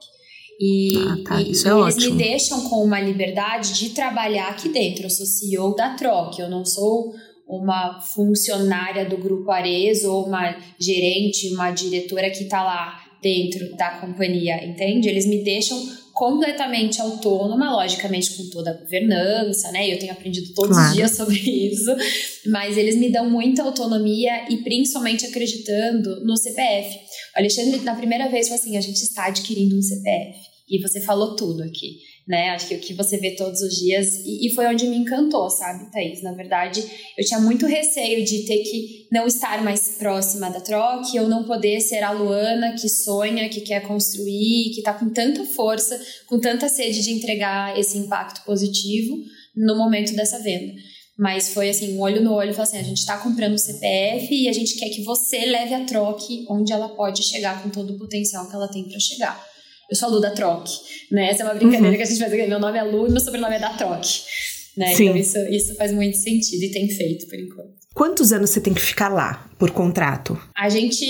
E, ah, tá. e, Isso é e eles ótimo. me deixam com uma liberdade de trabalhar aqui dentro. Eu sou C E O da Troc, eu não sou uma funcionária do Grupo Arezzo ou uma gerente, uma diretora que está lá dentro da companhia, entende? Eles me deixam completamente autônoma, logicamente com toda a governança, né? Eu tenho aprendido todos claro. os dias sobre isso, mas eles me dão muita autonomia e principalmente acreditando no C P F. O Alexandre, na primeira vez, falou assim, a gente está adquirindo um C P F. E você falou tudo aqui, né? Acho que o que você vê todos os dias, e, e foi onde me encantou, sabe, Thaís? Na verdade, eu tinha muito receio de ter que não estar mais próxima da Troc, ou não poder ser a Luana que sonha, que quer construir, que está com tanta força, com tanta sede de entregar esse impacto positivo no momento dessa venda. Mas foi assim, um olho no olho, falou assim, a gente está comprando o C P F e a gente quer que você leve a Troc onde ela pode chegar com todo o potencial que ela tem para chegar. Eu sou a Lu da Troc, né? Essa é uma brincadeira uhum. que a gente faz aqui. Meu nome é Lu e meu sobrenome é da Troc, né? Sim. Então isso, isso faz muito sentido e tem feito por enquanto. Quantos anos você tem que ficar lá por contrato? A gente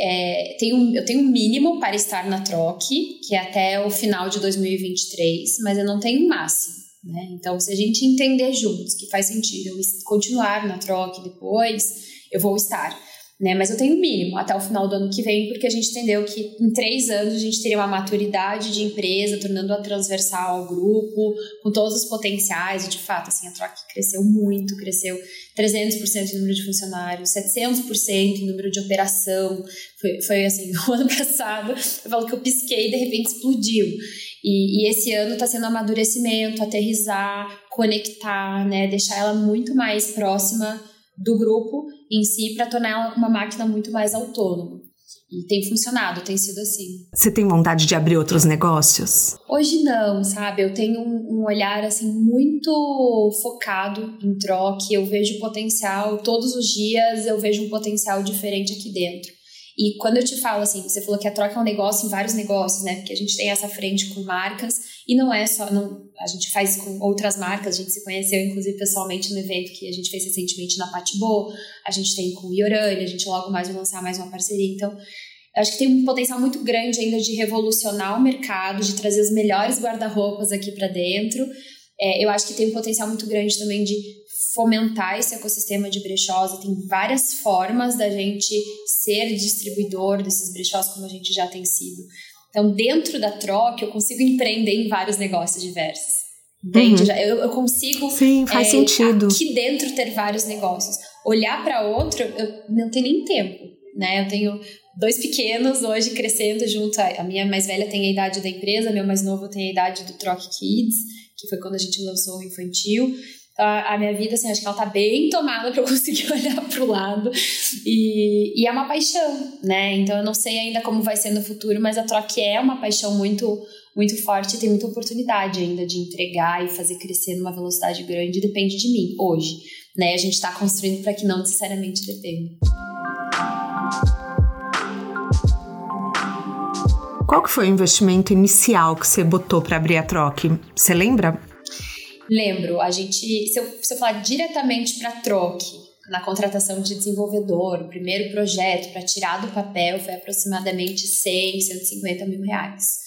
é, tem um, eu tenho um mínimo para estar na Troc, que é até o final de dois mil e vinte e três, mas eu não tenho um máximo, né? Então, se a gente entender juntos que faz sentido eu continuar na Troc depois, eu vou estar. Né, mas eu tenho um mínimo até o final do ano que vem, porque a gente entendeu que em três anos a gente teria uma maturidade de empresa, tornando-a transversal ao grupo, com todos os potenciais, e de fato, assim, a Troc cresceu muito, cresceu trezentos por cento em número de funcionários, setecentos por cento em número de operação, foi, foi assim, o ano passado, eu falo que eu pisquei e de repente explodiu, e, e esse ano está sendo amadurecimento, aterrissar, conectar, né, deixar ela muito mais próxima do grupo em si, para tornar ela uma máquina muito mais autônoma. E tem funcionado, tem sido assim. Você tem vontade de abrir outros negócios? Hoje não, sabe? Eu tenho um, um olhar assim, muito focado em Troc, eu vejo potencial, todos os dias eu vejo um potencial diferente aqui dentro. E quando eu te falo assim, você falou que a Troc é um negócio em vários negócios, né? Porque a gente tem essa frente com marcas e não é só, não, a gente faz com outras marcas, a gente se conheceu inclusive pessoalmente no evento que a gente fez recentemente na Patibô, a gente tem com o Iorani, a gente logo mais vai lançar mais uma parceria, então Eu acho que tem um potencial muito grande ainda de revolucionar o mercado, de trazer os melhores guarda-roupas aqui para dentro. É, eu acho que tem um potencial muito grande também de fomentar esse ecossistema de brechós. E tem várias formas da gente ser distribuidor desses brechós, como a gente já tem sido. Então, dentro da Troc, eu consigo empreender em vários negócios diversos. Uhum. Eu, eu consigo, Sim, faz é, sentido. Aqui dentro ter vários negócios. Olhar para outro, eu não tenho nem tempo, né? Eu tenho dois pequenos hoje crescendo junto. A minha mais velha tem a idade da empresa, meu mais novo tem a idade do Troc Kids, que foi quando a gente lançou o infantil. A, a minha vida, assim, acho que ela tá bem tomada para eu conseguir olhar pro lado. E, e é uma paixão, né? Então eu não sei ainda como vai ser no futuro, mas a Troc é uma paixão muito, muito forte e tem muita oportunidade ainda de entregar e fazer crescer numa velocidade grande. Depende de mim, hoje, né? A gente tá construindo para que não necessariamente dependa. Qual que foi o investimento inicial que você botou para abrir a Troc? Você lembra? Lembro, a gente, se eu, se eu falar diretamente para a Troc, na contratação de desenvolvedor, o primeiro projeto para tirar do papel foi aproximadamente cem, cento e cinquenta mil reais.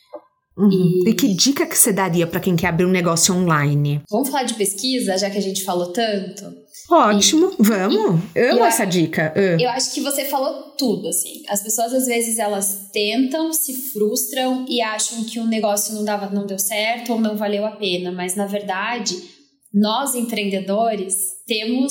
Uhum. E... e que dica que você daria para quem quer abrir um negócio online? Vamos falar de pesquisa, já que a gente falou tanto? Ótimo, e, vamos. E, eu amo essa dica. Uh. Eu acho que você falou tudo, assim. As pessoas, às vezes, elas tentam, se frustram e acham que o negócio não, dava, não deu certo ou não valeu a pena. Mas, na verdade, nós, empreendedores, temos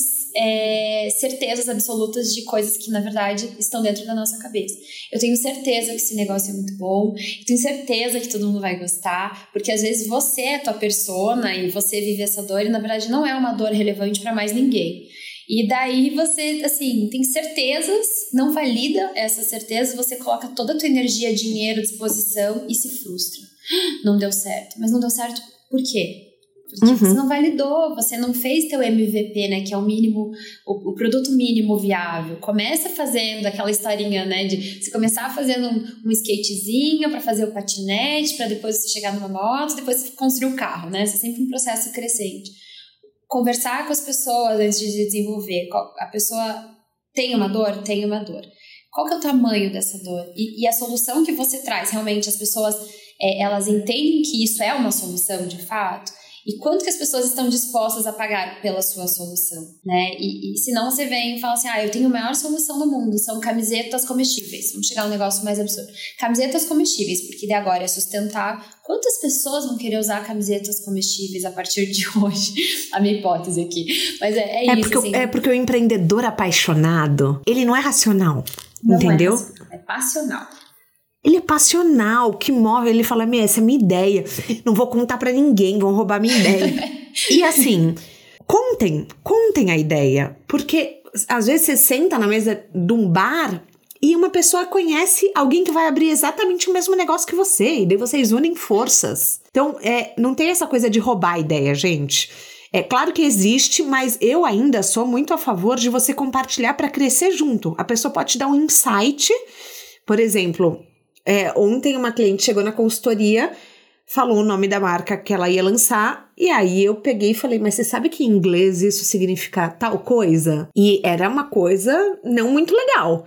é, certezas absolutas de coisas que, na verdade, estão dentro da nossa cabeça. Eu tenho certeza que esse negócio é muito bom, eu tenho certeza que todo mundo vai gostar, porque às vezes você é a tua persona e você vive essa dor e, na verdade, não é uma dor relevante para mais ninguém. E daí você, assim, tem certezas, não valida essas certezas, você coloca toda a tua energia, dinheiro, disposição e se frustra. Não deu certo. Mas não deu certo por quê? Porque uhum. você não validou, você não fez teu M V P, né, que é o mínimo, o, o produto mínimo viável. Começa fazendo aquela historinha, né, de você começar fazendo um, um skatezinho para fazer o patinete, para depois você chegar numa moto, depois você construir o carro, né, isso é sempre um processo crescente. Conversar com as pessoas antes de desenvolver. A pessoa tem uma dor? Tem uma dor. Qual que é o tamanho dessa dor? E, e a solução que você traz, realmente, as pessoas, é, elas entendem que isso é uma solução de fato? E quanto que as pessoas estão dispostas a pagar pela sua solução, né? E, e se não, você vem e fala assim, ah, eu tenho a maior solução do mundo, são camisetas comestíveis. Vamos chegar a um negócio mais absurdo. Camisetas comestíveis, porque de agora é sustentar. Quantas pessoas vão querer usar camisetas comestíveis a partir de hoje? A minha hipótese aqui. Mas é, é, é isso, porque, assim. É porque o empreendedor apaixonado, ele não é racional, não entendeu? É, racional, é passional. Ele é passional, que move, ele fala, essa é a minha ideia, não vou contar pra ninguém, vão roubar minha ideia. E assim, contem, contem a ideia, porque às vezes você senta na mesa de um bar e uma pessoa conhece alguém que vai abrir exatamente o mesmo negócio que você, e daí vocês unem forças. Então, é, não tem essa coisa de roubar a ideia, gente. É claro que existe, mas eu ainda sou muito a favor de você compartilhar para crescer junto. A pessoa pode te dar um insight, por exemplo... É, ontem uma cliente chegou na consultoria, falou o nome da marca que ela ia lançar, e aí eu peguei e falei, mas você sabe que em inglês isso significa tal coisa? E era uma coisa não muito legal.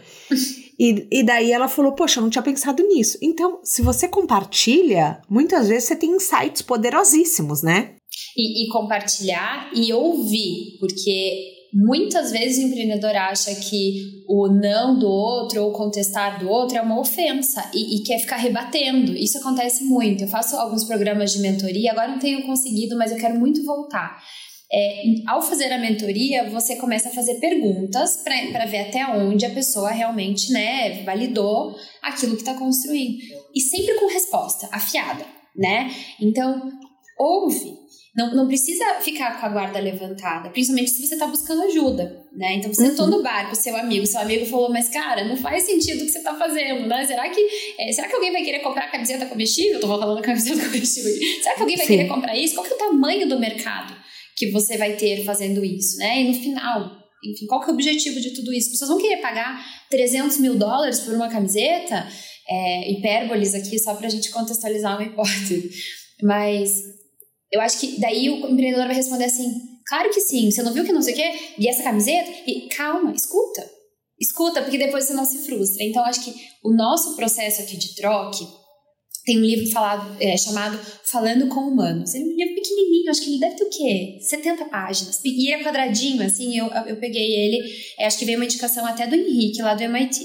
e, e daí ela falou, poxa, eu não tinha pensado nisso. Então, se você compartilha, muitas vezes você tem insights poderosíssimos, né? E, e compartilhar e ouvir, porque... Muitas vezes o empreendedor acha que o não do outro ou contestar do outro é uma ofensa e, e quer ficar rebatendo. Isso acontece muito. Eu faço alguns programas de mentoria, agora não tenho conseguido, mas eu quero muito voltar. É, ao fazer a mentoria, você começa a fazer perguntas para ver até onde a pessoa realmente, né, validou aquilo que está construindo. E sempre com resposta afiada, né? Então, ouve. Não, não precisa ficar com a guarda levantada, principalmente se você está buscando ajuda, né? Então, você sentou uhum. no bar com seu amigo, seu amigo falou, mas cara, não faz sentido o que você está fazendo, né? Será que, é, será que alguém vai querer comprar camiseta comestível? Eu tô falando camiseta comestível aqui. Será que alguém vai Sim. querer comprar isso? Qual que é o tamanho do mercado que você vai ter fazendo isso, né? E no final, enfim, qual que é o objetivo de tudo isso? As pessoas vão querer pagar trezentos mil dólares por uma camiseta? É, hipérboles aqui, só pra gente contextualizar uma hipótese. Mas... eu acho que daí o empreendedor vai responder assim, claro que sim, você não viu que não sei o quê? E essa camiseta? E calma, escuta, escuta, porque depois você não se frustra. Então, acho que o nosso processo aqui de troque, tem um livro falado, é, chamado Falando com Humanos. Ele é um livro pequenininho, acho que ele deve ter o quê? setenta páginas. E ele é quadradinho, assim, eu, eu peguei ele, é, acho que veio uma indicação até do Henrique, lá do M I T.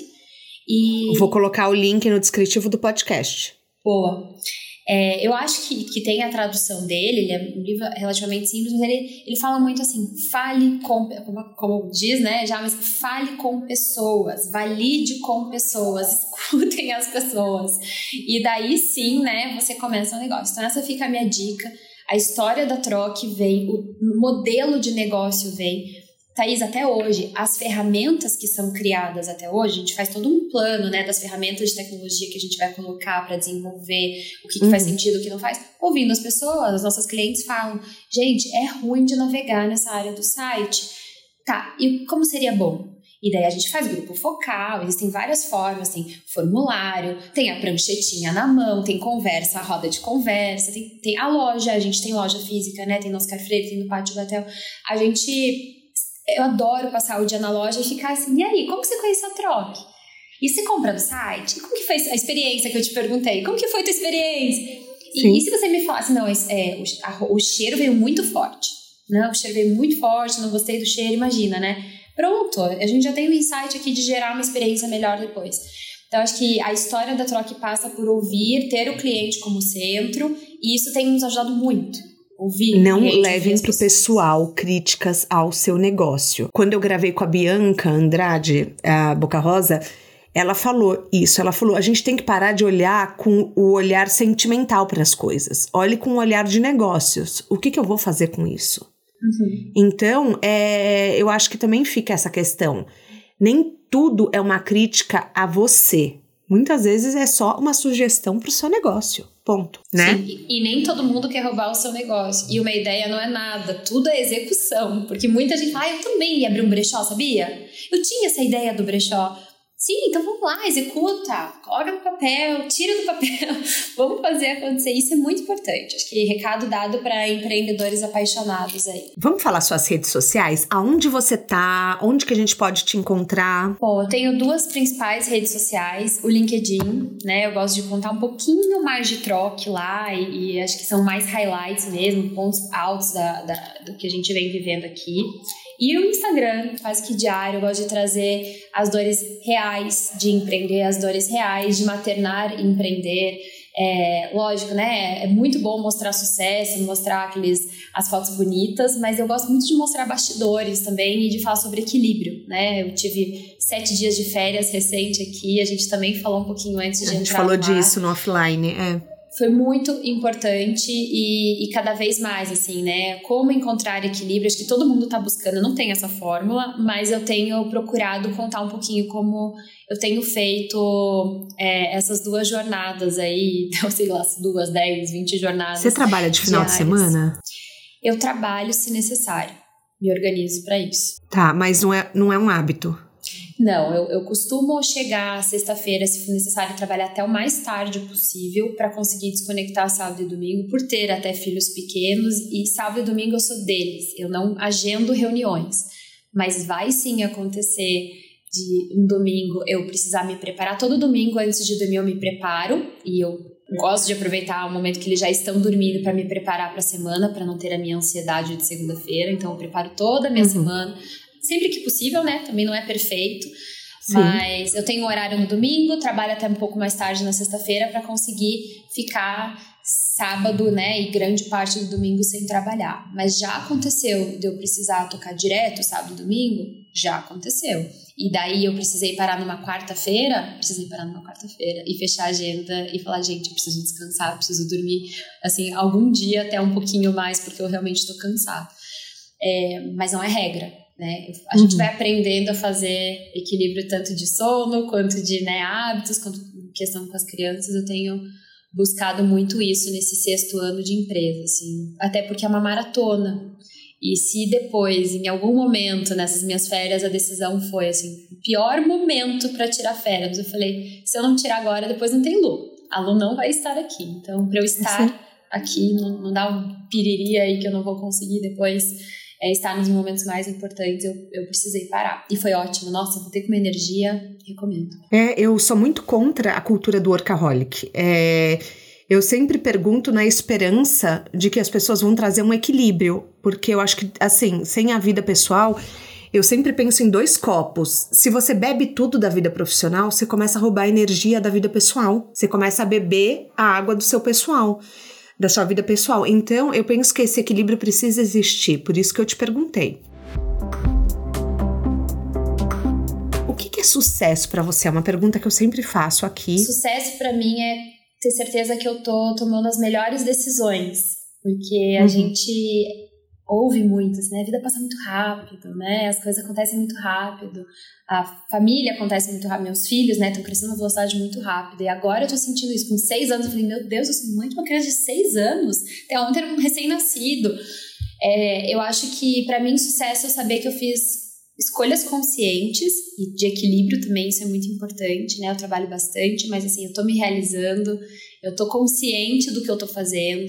E... Vou colocar o link no descritivo do podcast. Boa. É, eu acho que, que tem a tradução dele, ele é um livro relativamente simples, mas ele, ele fala muito assim, fale com, como, como diz, né, já, mas fale com pessoas, valide com pessoas, escutem as pessoas. E daí sim, né, você começa um negócio. Então essa fica a minha dica. A história da troque vem, o modelo de negócio vem. Thaís, até hoje, as ferramentas que são criadas até hoje, a gente faz todo um plano, né, das ferramentas de tecnologia que a gente vai colocar para desenvolver, o que, que uhum. faz sentido, o que não faz. Ouvindo as pessoas, as nossas clientes falam, gente, é ruim de navegar nessa área do site. Tá, e como seria bom? E daí a gente faz grupo focal, existem várias formas, tem formulário, tem a pranchetinha na mão, tem conversa, a roda de conversa, tem, tem a loja, a gente tem loja física, né, tem no Oscar Freire, tem no Pátio do Hotel. A gente... Eu adoro passar o dia na loja e ficar assim, e aí, como que você conheceu a troque? E você compra no site? E como que foi a experiência que eu te perguntei? Como que foi a tua experiência? E, e se você me falasse, não, é, o, a, o cheiro veio muito forte. Não, o cheiro veio muito forte, não gostei do cheiro, imagina, né? Pronto, a gente já tem um insight aqui de gerar uma experiência melhor depois. Então, acho que a história da troque passa por ouvir, ter o cliente como centro, e isso tem nos ajudado muito. Ouvir, não levem pro pessoal críticas ao seu negócio. Quando eu gravei com a Bianca Andrade, a Boca Rosa, ela falou isso. Ela falou, a gente tem que parar de olhar com o olhar sentimental para as coisas. Olhe com o olhar de negócios. O que, que eu vou fazer com isso? Uhum. Então, é, eu acho que também fica essa questão. Nem tudo é uma crítica a você. Muitas vezes é só uma sugestão pro seu negócio. Ponto, né? Sim, e, e nem todo mundo quer roubar o seu negócio. E uma ideia não é nada, tudo é execução. Porque muita gente fala, ah, eu também ia abrir um brechó, sabia? Eu tinha essa ideia do brechó. Sim, então vamos lá, executa, coloca no papel, tira do papel, vamos fazer acontecer. Isso é muito importante. Acho que recado dado para empreendedores apaixonados aí. Vamos falar suas redes sociais? Aonde você tá? Onde que a gente pode te encontrar? Bom, eu tenho duas principais redes sociais, o LinkedIn, né? Eu gosto de contar um pouquinho mais de troque lá e, e acho que são mais highlights mesmo, pontos altos da, da, do que a gente vem vivendo aqui. E o Instagram, quase que diário, eu gosto de trazer as dores reais de empreender, as dores reais de maternar e empreender. É, lógico, né? É muito bom mostrar sucesso, mostrar aqueles, as fotos bonitas, mas eu gosto muito de mostrar bastidores também e de falar sobre equilíbrio, né? Eu tive sete dias de férias recente aqui, a gente também falou um pouquinho antes de entrar no ar. A gente falou disso no offline, é. Foi muito importante e, e cada vez mais, assim, né? Como encontrar equilíbrio, acho que todo mundo tá buscando, eu não tenho essa fórmula, mas eu tenho procurado contar um pouquinho como eu tenho feito é, essas duas jornadas aí, então, sei lá, duas, dez, vinte jornadas. Você trabalha de final diárias. de semana? Eu trabalho se necessário, me organizo para isso. Tá, mas não é, não é um hábito? Não, eu, eu costumo chegar sexta-feira, se for necessário, trabalhar até o mais tarde possível para conseguir desconectar sábado e domingo, por ter até filhos pequenos, e sábado e domingo eu sou deles, eu não agendo reuniões, mas vai sim acontecer de um domingo eu precisar me preparar. Todo domingo antes de dormir eu me preparo e eu gosto de aproveitar o momento que eles já estão dormindo para me preparar para a semana, para não ter a minha ansiedade de segunda-feira, então eu preparo toda a minha uhum. semana. Sempre que possível, né? Também não é perfeito. Sim. Mas eu tenho um horário no domingo, trabalho até um pouco mais tarde na sexta-feira para conseguir ficar sábado, né? E grande parte do domingo sem trabalhar. Mas já aconteceu de eu precisar tocar direto sábado e domingo? Já aconteceu. E daí eu precisei parar numa quarta-feira, precisei parar numa quarta-feira e fechar a agenda e falar, gente, eu preciso descansar, eu preciso dormir, assim, algum dia até um pouquinho mais, porque eu realmente estou cansada. É, mas não é regra. Né? A gente uhum. vai aprendendo a fazer equilíbrio tanto de sono quanto de, né, hábitos, quanto questão com as crianças. Eu tenho buscado muito isso nesse sexto ano de empresa, assim, até porque é uma maratona. E se depois, em algum momento nessas minhas férias, a decisão foi assim, o pior momento para tirar férias, eu falei, se eu não tirar agora, depois não tem Lu, a Lu não vai estar aqui, então para eu estar Sim. aqui, não, não dá um piriri aí que eu não vou conseguir depois é, estar nos momentos mais importantes, eu, eu precisei parar. E foi ótimo. Nossa, voltei com uma energia, recomendo. É, eu sou muito contra a cultura do workaholic. É, eu sempre pergunto na esperança de que as pessoas vão trazer um equilíbrio, porque eu acho que, assim, sem a vida pessoal, eu sempre penso em dois copos. Se você bebe tudo da vida profissional, você começa a roubar a energia da vida pessoal. Você começa a beber a água do seu pessoal, da sua vida pessoal. Então, eu penso que esse equilíbrio precisa existir, por isso que eu te perguntei. O que, que é sucesso pra você? É uma pergunta que eu sempre faço aqui. Sucesso pra mim é ter certeza que eu tô tomando as melhores decisões, porque a uhum. gente ouve muito, assim, né? A vida passa muito rápido, né? As coisas acontecem muito rápido, a família acontece muito rápido, meus filhos, né, estão crescendo uma velocidade muito rápida, e agora eu tô sentindo isso, com seis anos, eu falei, meu Deus, eu sou mãe de uma criança de seis anos, até ontem era um recém-nascido. É, eu acho que, pra mim, sucesso é saber que eu fiz escolhas conscientes, e de equilíbrio também, isso é muito importante, né, eu trabalho bastante, mas assim, eu tô me realizando, eu tô consciente do que eu tô fazendo,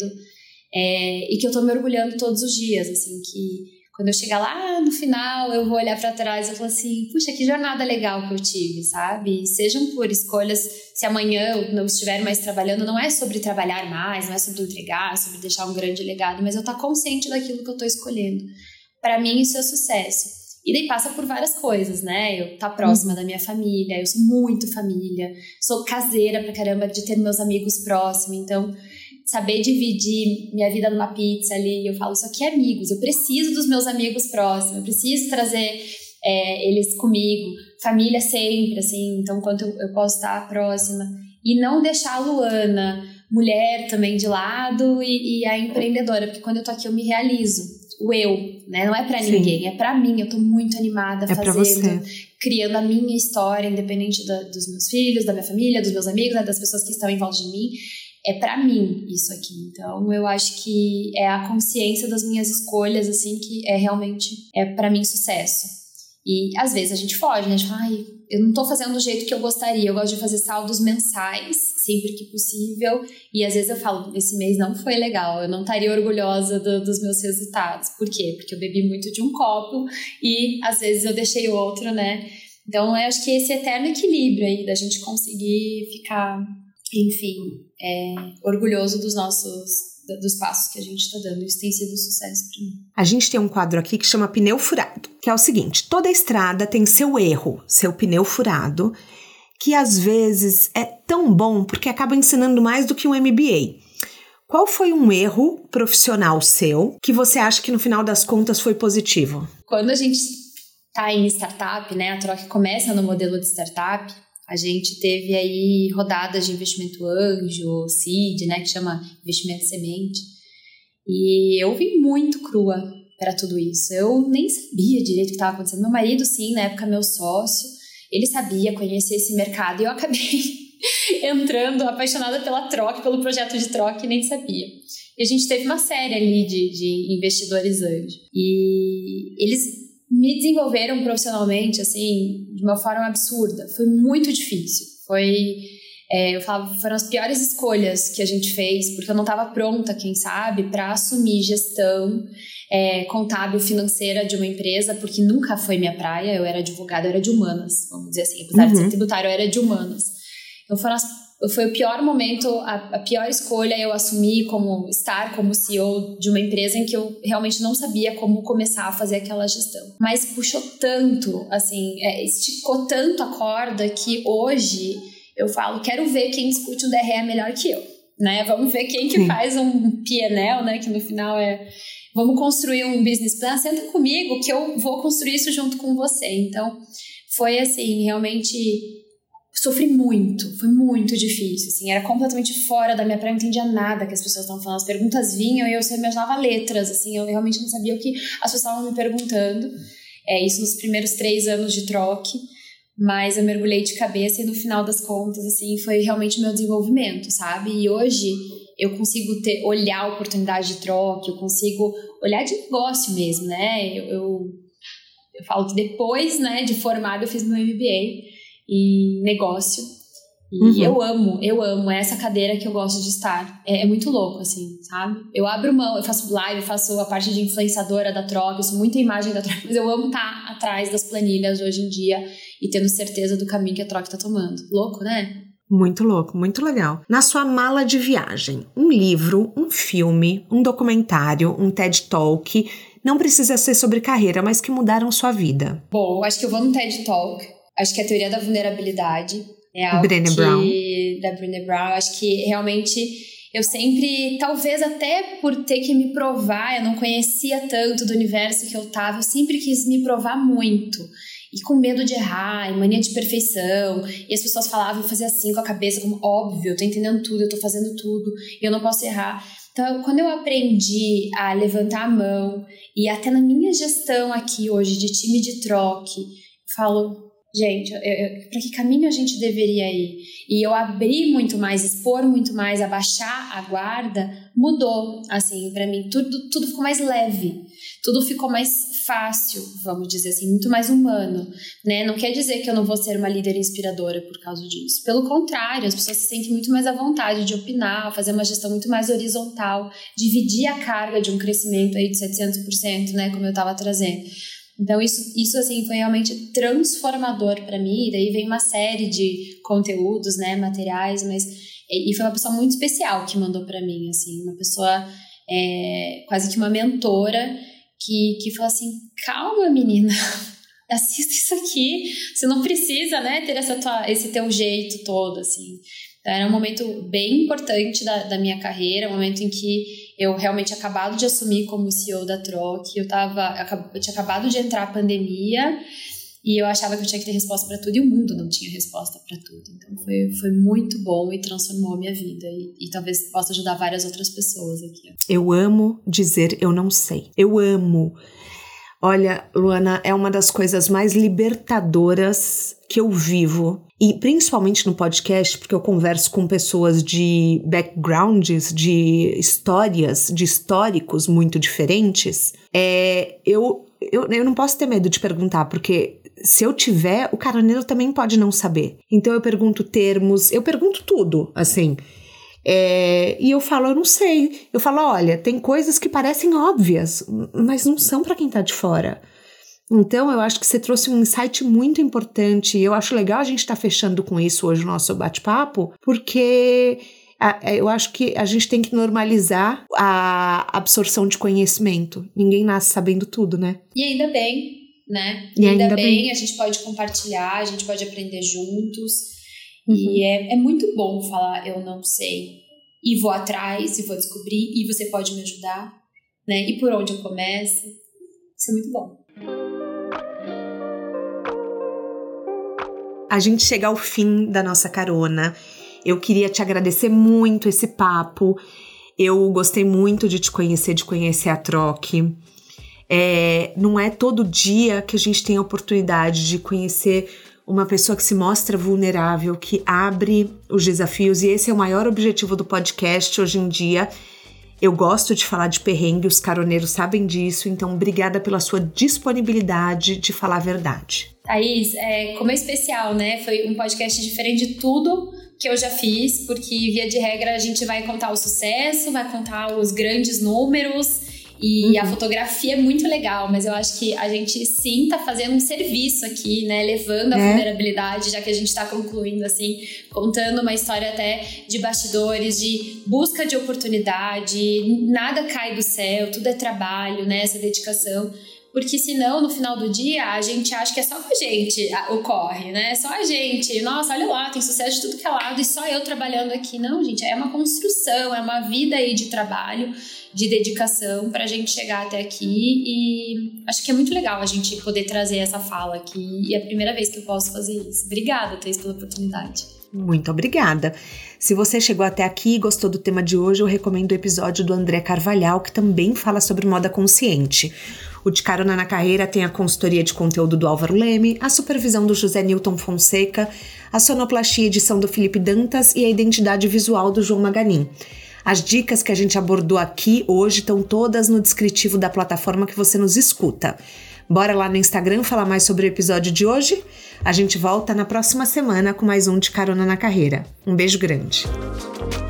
é, e que eu tô me orgulhando todos os dias, assim, que quando eu chegar lá no final, eu vou olhar pra trás e eu falo assim, puxa, que jornada legal que eu tive, sabe? Sejam por escolhas, se amanhã eu não estiver mais trabalhando, não é sobre trabalhar mais, não é sobre entregar, é sobre deixar um grande legado, mas eu estar consciente daquilo que eu tô escolhendo. Pra mim, isso é sucesso. E daí passa por várias coisas, né? Eu estar próxima uhum. da minha família, eu sou muito família, sou caseira pra caramba de ter meus amigos próximos, então saber dividir minha vida numa pizza ali, eu falo, isso aqui é amigos, eu preciso dos meus amigos próximos, eu preciso trazer é, eles comigo, família sempre, assim, então quanto eu, eu posso estar próxima, e não deixar a Luana, mulher também de lado, e, e a empreendedora, porque quando eu tô aqui eu me realizo, o eu, né, não é pra Sim. ninguém, é pra mim, eu tô muito animada é fazendo, criando a minha história, independente da, dos meus filhos, da minha família, dos meus amigos, né, das pessoas que estão em volta de mim. É pra mim isso aqui, então eu acho que é a consciência das minhas escolhas, assim, que é realmente, é pra mim sucesso. E às vezes a gente foge, né, a gente fala, ai, eu não tô fazendo do jeito que eu gostaria, eu gosto de fazer saldos mensais, sempre que possível, e às vezes eu falo, esse mês não foi legal, eu não estaria orgulhosa do, dos meus resultados. Por quê? Porque eu bebi muito de um copo e às vezes eu deixei outro, né, então eu acho que esse eterno equilíbrio aí, da gente conseguir ficar, enfim, é, orgulhoso dos nossos, dos passos que a gente está dando. Isso tem sido um sucesso para mim. A gente tem um quadro aqui que chama Pneu Furado, que é o seguinte, toda estrada tem seu erro, seu pneu furado, que às vezes é tão bom porque acaba ensinando mais do que um M B A. Qual foi um erro profissional seu que você acha que no final das contas foi positivo? Quando a gente está em startup, né, a Troc começa no modelo de startup, a gente teve aí rodadas de investimento anjo, seed, né, que chama investimento semente. E eu vim muito crua para tudo isso. Eu nem sabia direito o que estava acontecendo. Meu marido, sim, na época meu sócio, ele sabia, conhecia esse mercado. E eu acabei entrando apaixonada pela Troc, pelo projeto de Troc, e nem sabia. E a gente teve uma série ali de, de investidores anjo. E eles me desenvolveram profissionalmente, assim, de uma forma absurda. Foi muito difícil. Foi, é, eu falava, foram as piores escolhas que a gente fez, porque eu não estava pronta, quem sabe, para assumir gestão é, contábil financeira de uma empresa, porque nunca foi minha praia. Eu era advogada, eu era de humanas, vamos dizer assim. Apesar uhum. de ser tributário, eu era de humanas. Então foram as Foi o pior momento, a, a pior escolha eu assumi como estar como C E O de uma empresa em que eu realmente não sabia como começar a fazer aquela gestão. Mas puxou tanto, assim, é, esticou tanto a corda que hoje eu falo, quero ver quem discute um D R E melhor que eu, né? Vamos ver quem que Sim. faz um P and L, né? Que no final é, vamos construir um business plan, senta comigo que eu vou construir isso junto com você. Então, foi assim, realmente... Sofri muito, foi muito difícil, assim, era completamente fora da minha praia, eu não entendia nada que as pessoas estavam falando, as perguntas vinham e eu só imaginava letras, assim, eu realmente não sabia o que as pessoas estavam me perguntando, é, isso nos primeiros três anos de Troc, mas eu mergulhei de cabeça e no final das contas, assim, foi realmente o meu desenvolvimento, sabe, e hoje eu consigo ter, olhar a oportunidade de Troc, eu consigo olhar de negócio mesmo, né, eu, eu, eu falo que depois, né, de formada eu fiz meu M B A, e negócio, E uhum. eu amo, eu amo. É essa cadeira que eu gosto de estar. É, é muito louco, assim, sabe? Eu abro mão, eu faço live, eu faço a parte de influenciadora da Troca, eu sou muita imagem da Troca, mas eu amo estar atrás das planilhas hoje em dia e tendo certeza do caminho que a Troca tá tomando. Louco, né? Muito louco, muito legal. Na sua mala de viagem, um livro, um filme, um documentário, um TED Talk, não precisa ser sobre carreira, mas que mudaram sua vida. Bom, acho que eu vou no TED Talk. Acho que a teoria da vulnerabilidade é algo Brené que, Brown. da Brené Brown. Acho que realmente eu sempre, talvez até por ter que me provar, eu não conhecia tanto do universo que eu tava, eu sempre quis me provar muito. E com medo de errar, e mania de perfeição. E as pessoas falavam, eu fazia assim com a cabeça, como óbvio, eu tô entendendo tudo, eu tô fazendo tudo, e eu não posso errar. Então, quando eu aprendi a levantar a mão, e até na minha gestão aqui hoje, de time de troque, eu falo, gente, eu, eu, pra que caminho a gente deveria ir? E eu abrir muito mais, expor muito mais, abaixar a guarda, mudou, assim, pra mim. Tudo, tudo ficou mais leve, tudo ficou mais fácil, vamos dizer assim, muito mais humano, né? Não quer dizer que eu não vou ser uma líder inspiradora por causa disso. Pelo contrário, as pessoas se sentem muito mais à vontade de opinar, fazer uma gestão muito mais horizontal, dividir a carga de um crescimento aí de setecentos por cento, né? Como eu estava trazendo. Então, isso, isso assim, foi realmente transformador para mim. E daí vem uma série de conteúdos, né? Materiais, mas... E foi uma pessoa muito especial que mandou para mim, assim. Uma pessoa, é, quase que uma mentora, que, que falou assim, calma, menina, assista isso aqui, você não precisa, né, ter essa tua, esse teu jeito todo, assim. Então, era um momento bem importante da, da minha carreira, um momento em que eu realmente tinha acabado de assumir como C E O da Troque, eu, tava, eu tinha acabado de entrar a pandemia, e eu achava que eu tinha que ter resposta para tudo, e o mundo não tinha resposta para tudo. Então, foi, foi muito bom e transformou a minha vida. E, e talvez possa ajudar várias outras pessoas aqui. Eu amo dizer eu não sei. Eu amo. Olha, Luana, é uma das coisas mais libertadoras que eu vivo. E principalmente no podcast, porque eu converso com pessoas de backgrounds, de histórias, de históricos muito diferentes. É, eu, eu, eu não posso ter medo de perguntar, porque... se eu tiver, o caroneiro também pode não saber. Então eu pergunto termos, eu pergunto tudo, assim. É, e eu falo, eu não sei. Eu falo, olha, tem coisas que parecem óbvias, mas não são para quem tá de fora. Então eu acho que você trouxe um insight muito importante. E eu acho legal a gente estar tá fechando com isso hoje o nosso bate-papo, porque... eu acho que a gente tem que normalizar a absorção de conhecimento. Ninguém nasce sabendo tudo, né? E ainda bem. Né? E ainda, ainda bem, bem, a gente pode compartilhar, a gente pode aprender juntos. Uhum. E é, é muito bom falar eu não sei, e vou atrás, e vou descobrir, e você pode me ajudar, né? E por onde eu começo. Isso é muito bom. A gente chega ao fim da nossa carona. Eu queria te agradecer muito esse papo. Eu gostei muito de te conhecer, de conhecer a Troque. É, não é todo dia que a gente tem a oportunidade de conhecer uma pessoa que se mostra vulnerável, que abre os desafios, e esse é o maior objetivo do podcast hoje em dia. Eu gosto de falar de perrengue, os caroneiros sabem disso, então obrigada pela sua disponibilidade de falar a verdade. Thaís, é, como é especial, né? Foi um podcast diferente de tudo que eu já fiz, porque via de regra a gente vai contar o sucesso, vai contar os grandes números. E uhum. a fotografia é muito legal, mas eu acho que a gente sim tá fazendo um serviço aqui, né? Levando a é. vulnerabilidade, já que a gente tá concluindo, assim, contando uma história até de bastidores, de busca de oportunidade. Nada cai do céu, tudo é trabalho, né? Essa dedicação. Porque senão, no final do dia, a gente acha que é só com a gente ocorre, né? Só a gente. Nossa, olha lá, tem sucesso de tudo que é lado e só eu trabalhando aqui. Não, gente, é uma construção, é uma vida aí de trabalho, de dedicação pra gente chegar até aqui. E acho que é muito legal a gente poder trazer essa fala aqui. E é a primeira vez que eu posso fazer isso. Obrigada, Thaís, pela oportunidade. Muito obrigada. Se você chegou até aqui e gostou do tema de hoje, eu recomendo o episódio do André Carvalhal, que também fala sobre moda consciente. O De Carona na Carreira tem a consultoria de conteúdo do Álvaro Leme, a supervisão do José Newton Fonseca, a sonoplastia e edição do Felipe Dantas e a identidade visual do João Maganin. As dicas que a gente abordou aqui hoje estão todas no descritivo da plataforma que você nos escuta. Bora lá no Instagram falar mais sobre o episódio de hoje? A gente volta na próxima semana com mais um De Carona na Carreira. Um beijo grande.